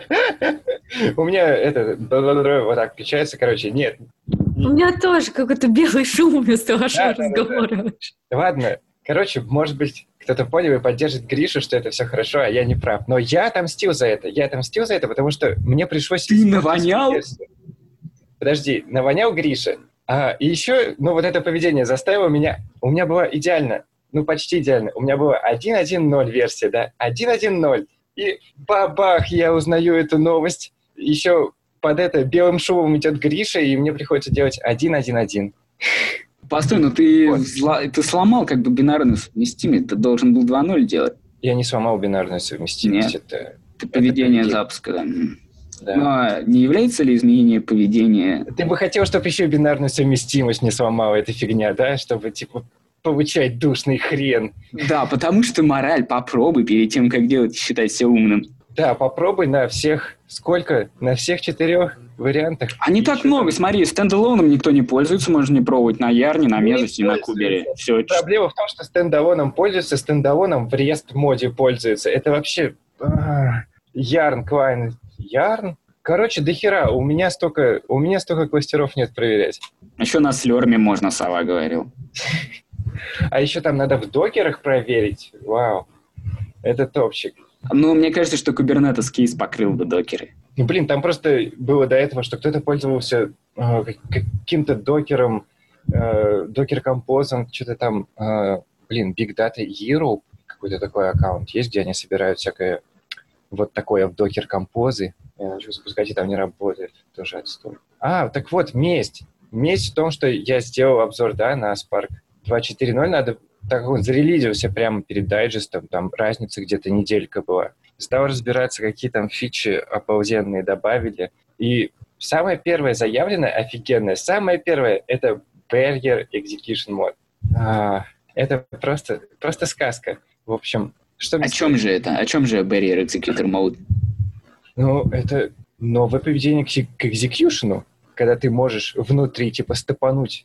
У меня вот так включается, нет. У меня тоже какой-то белый шум вместо вашего разговора. Ладно, может быть, кто-то понял и поддержит Гришу, что это все хорошо, а я не прав. Но я отомстил за это. Потому что мне пришлось... Ты навонял? Подожди, навонял Гриша. И еще, вот это поведение заставило меня... У меня было идеально, почти идеально. У меня была 1.1.0 версия, да? 1.1.0. И бабах, я узнаю эту новость. Еще под это белым шумом идет Гриша, и мне приходится делать 1.1.1. Постой, ты сломал как бы бинарную совместимость. Ты должен был 2.0 делать. Я не сломал бинарную совместимость. Нет, это поведение запуска, да. Да. Но не является ли изменение поведения... Ты бы хотел, чтобы еще бинарную совместимость не сломала эта фигня, да? Чтобы, получать душный хрен. Да, потому что мораль попробуй перед тем, как делать, считать себя умным. Да, попробуй на всех... Сколько? На всех 4 вариантах. А не так много. Смотри, стендалоном никто не пользуется. Можно не пробовать на Ярне, на Мезусе, на Кубере. Все. Проблема в том, что стендалоном пользуются, стендалоном в REST-моде пользуются. Это вообще... Ярн, Клайн... Ярн? Короче, дохера. У меня столько кластеров нет проверять. Еще на Слерме можно, Сова говорил. А еще там надо в докерах проверить. Вау. Это топчик. Мне кажется, что Kubernetes кейс покрыл бы докеры. Там просто было до этого, что кто-то пользовался каким-то докером, Docker Composant, что-то там, Big Data Hero, какой-то такой аккаунт есть, где они собирают всякое вот такое в Docker Compose. Я начал запускать, и там не работает. Тоже отстой. Так вот, месть. Месть в том, что я сделал обзор, да, на Spark 2.4.0. Надо, так как он зарелизился прямо перед дайджестом, там разница где-то неделька была. Стал разбираться, какие там фичи оползенные добавили. И самое первое заявленное, офигенное, самое первое, это Barrier Execution Mode. Это просто сказка. В общем, О чем же это? О чем же Barrier Executor Mode? Это новое поведение к экзекьюшену, когда ты можешь внутри, стопануть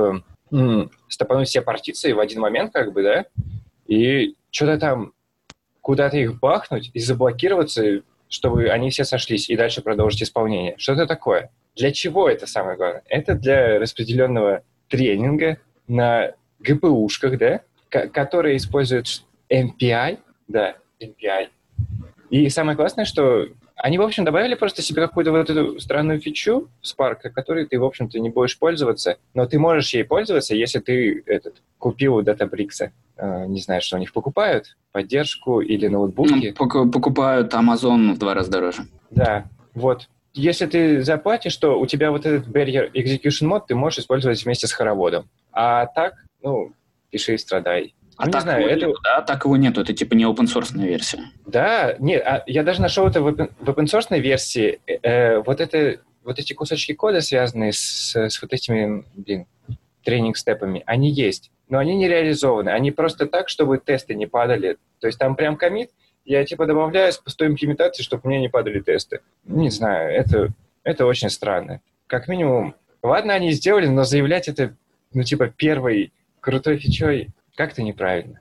все партиции в один момент, да, и что-то там, куда-то их бахнуть и заблокироваться, чтобы они все сошлись, и дальше продолжить исполнение. Что-то такое. Для чего это самое главное? Это для распределенного тренинга на ГПУшках, да, которые используют MPI, да, MPI. И самое классное, что они, в общем, добавили просто себе какую-то вот эту странную фичу Spark, которой ты, в общем-то, не будешь пользоваться, но ты можешь ей пользоваться, если ты купил у Databricks. Не знаю, что у них покупают, поддержку или ноутбуки. Покупают Amazon в 2 раза дороже. Да, вот. Если ты заплатишь, то у тебя вот этот Barrier Execution Mode ты можешь использовать вместе с хороводом. А так, пиши и страдай. Так его нету, это типа не open-source версия. Да, нет, я даже нашел это в open-source версии. Вот эти кусочки кода, связанные с вот этими, тренинг-степами, они есть, но они не реализованы. Они просто так, чтобы тесты не падали. То есть там прям коммит, я добавляю с пустой имплементацией, чтобы мне не падали тесты. Не знаю, это очень странно. Как минимум, ладно, они сделали, но заявлять это, первой крутой фичой как-то неправильно.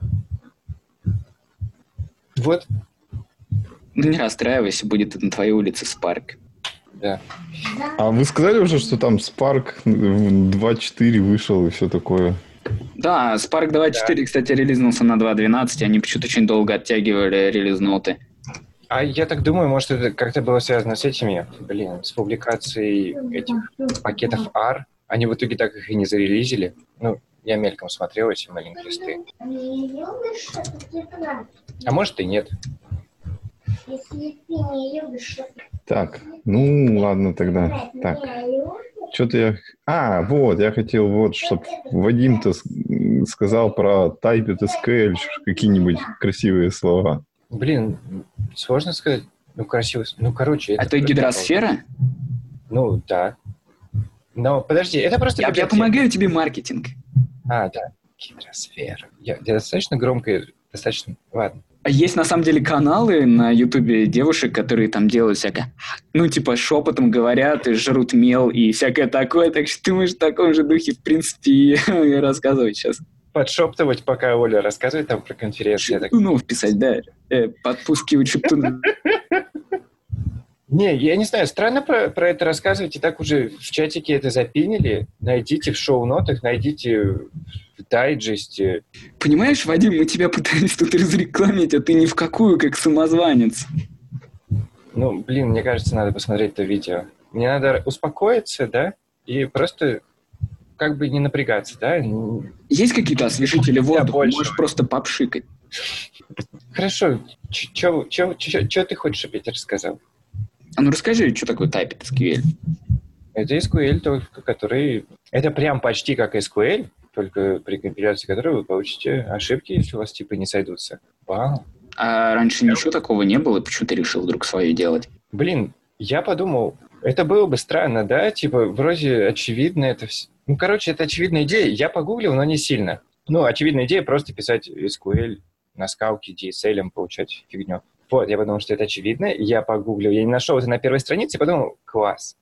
Вот. Не расстраивайся, будет на твоей улице Spark. Да. А вы сказали уже, что там Spark 2.4 вышел и все такое? Да, Spark 2.4, кстати, релизнулся на 2.12, они почему-то очень долго оттягивали релиз-ноуты. Я так думаю, может, это как-то было связано с этими, с публикацией этих пакетов R. Они в итоге так их и не зарелизили. Я мельком смотрел эти маленькие листы. А может и нет. Так, ладно тогда. Так, что-то я... я хотел чтобы Вадим-то сказал про Typed SQL какие-нибудь красивые слова. Сложно сказать. Красиво. Короче... Это гидросфера? Да. Но подожди, это просто... Я помогаю тебе маркетинг. Да. Гидросфера. Я достаточно громко, достаточно... Ладно. Есть, на самом деле, каналы на Ютубе девушек, которые там делают всякое... шепотом говорят и жрут мел и всякое такое. Так что ты можешь в таком же духе, в принципе, рассказывать сейчас. Подшептывать, пока Оля рассказывает там про конференцию. Шептунов писать, да. Подпускивать шептунов. Не, я не знаю, странно про это рассказывать, и так уже в чатике это запинили. Найдите в шоу-нотах, найдите в дайджесте. Понимаешь, Вадим, мы тебя пытались тут разрекламить, а ты ни в какую, как самозванец. Мне кажется, надо посмотреть это видео. Мне надо успокоиться, да? и просто как бы не напрягаться, да? Есть какие-то освежители воздуха? больше. Можешь просто попшикать. Хорошо. Что ты хочешь, чтобы я тебе рассказал? А ну расскажи, что такое Typed SQL? Это SQL, только который... Это прям почти как SQL, только при компиляции которой вы получите ошибки, если у вас типы не сойдутся. Вау. А раньше ничего такого не было? Почему ты решил вдруг свое делать? Блин, я подумал, это было бы странно, да? Типа, вроде очевидно это все. Ну, короче, это очевидная идея. Я погуглил, но не сильно. Ну, очевидная идея просто писать SQL на скалке, DSL, получать фигню. Вот, я подумал, что это очевидно. Я погуглил, я не нашел это на первой странице, и подумал, класс.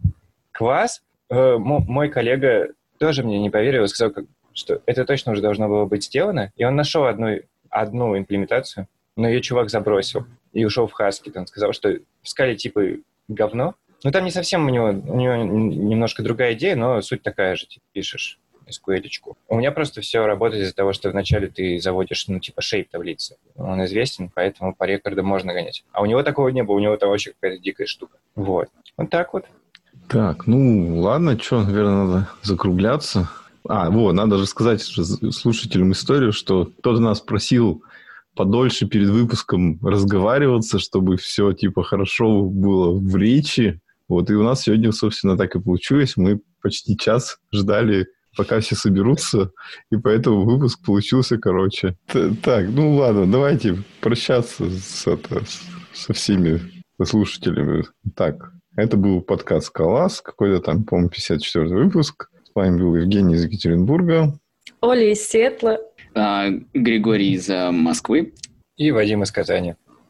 Мой коллега тоже мне не поверил и сказал, что это точно уже должно было быть сделано. И он нашел одну имплементацию, но ее чувак забросил и ушел в Haskell. Он сказал, что в скале типа говно. Ну, там не совсем у него немножко другая идея, но суть такая же. Типа, пишешь SQL-очку. У меня просто все работает из-за того, что вначале ты заводишь, shape таблицы. Он известен, поэтому по рекордам можно гонять. А у него такого не было, у него там вообще какая-то дикая штука. Вот так вот. Так, ну ладно, что, наверное, надо закругляться. Надо же сказать слушателям историю, что кто-то нас просил подольше перед выпуском разговариваться, чтобы все, хорошо было в речи. Вот, и у нас сегодня, собственно, так и получилось. Мы почти час ждали, пока все соберутся, и поэтому выпуск получился короче. Так, ну ладно, давайте прощаться со всеми слушателями. Так, это был подкаст «Скалас», какой-то там, по-моему, 54-й выпуск. С вами был Евгений из Екатеринбурга. Оля из Сиэтла. Григорий из Москвы. И Вадим из Казани.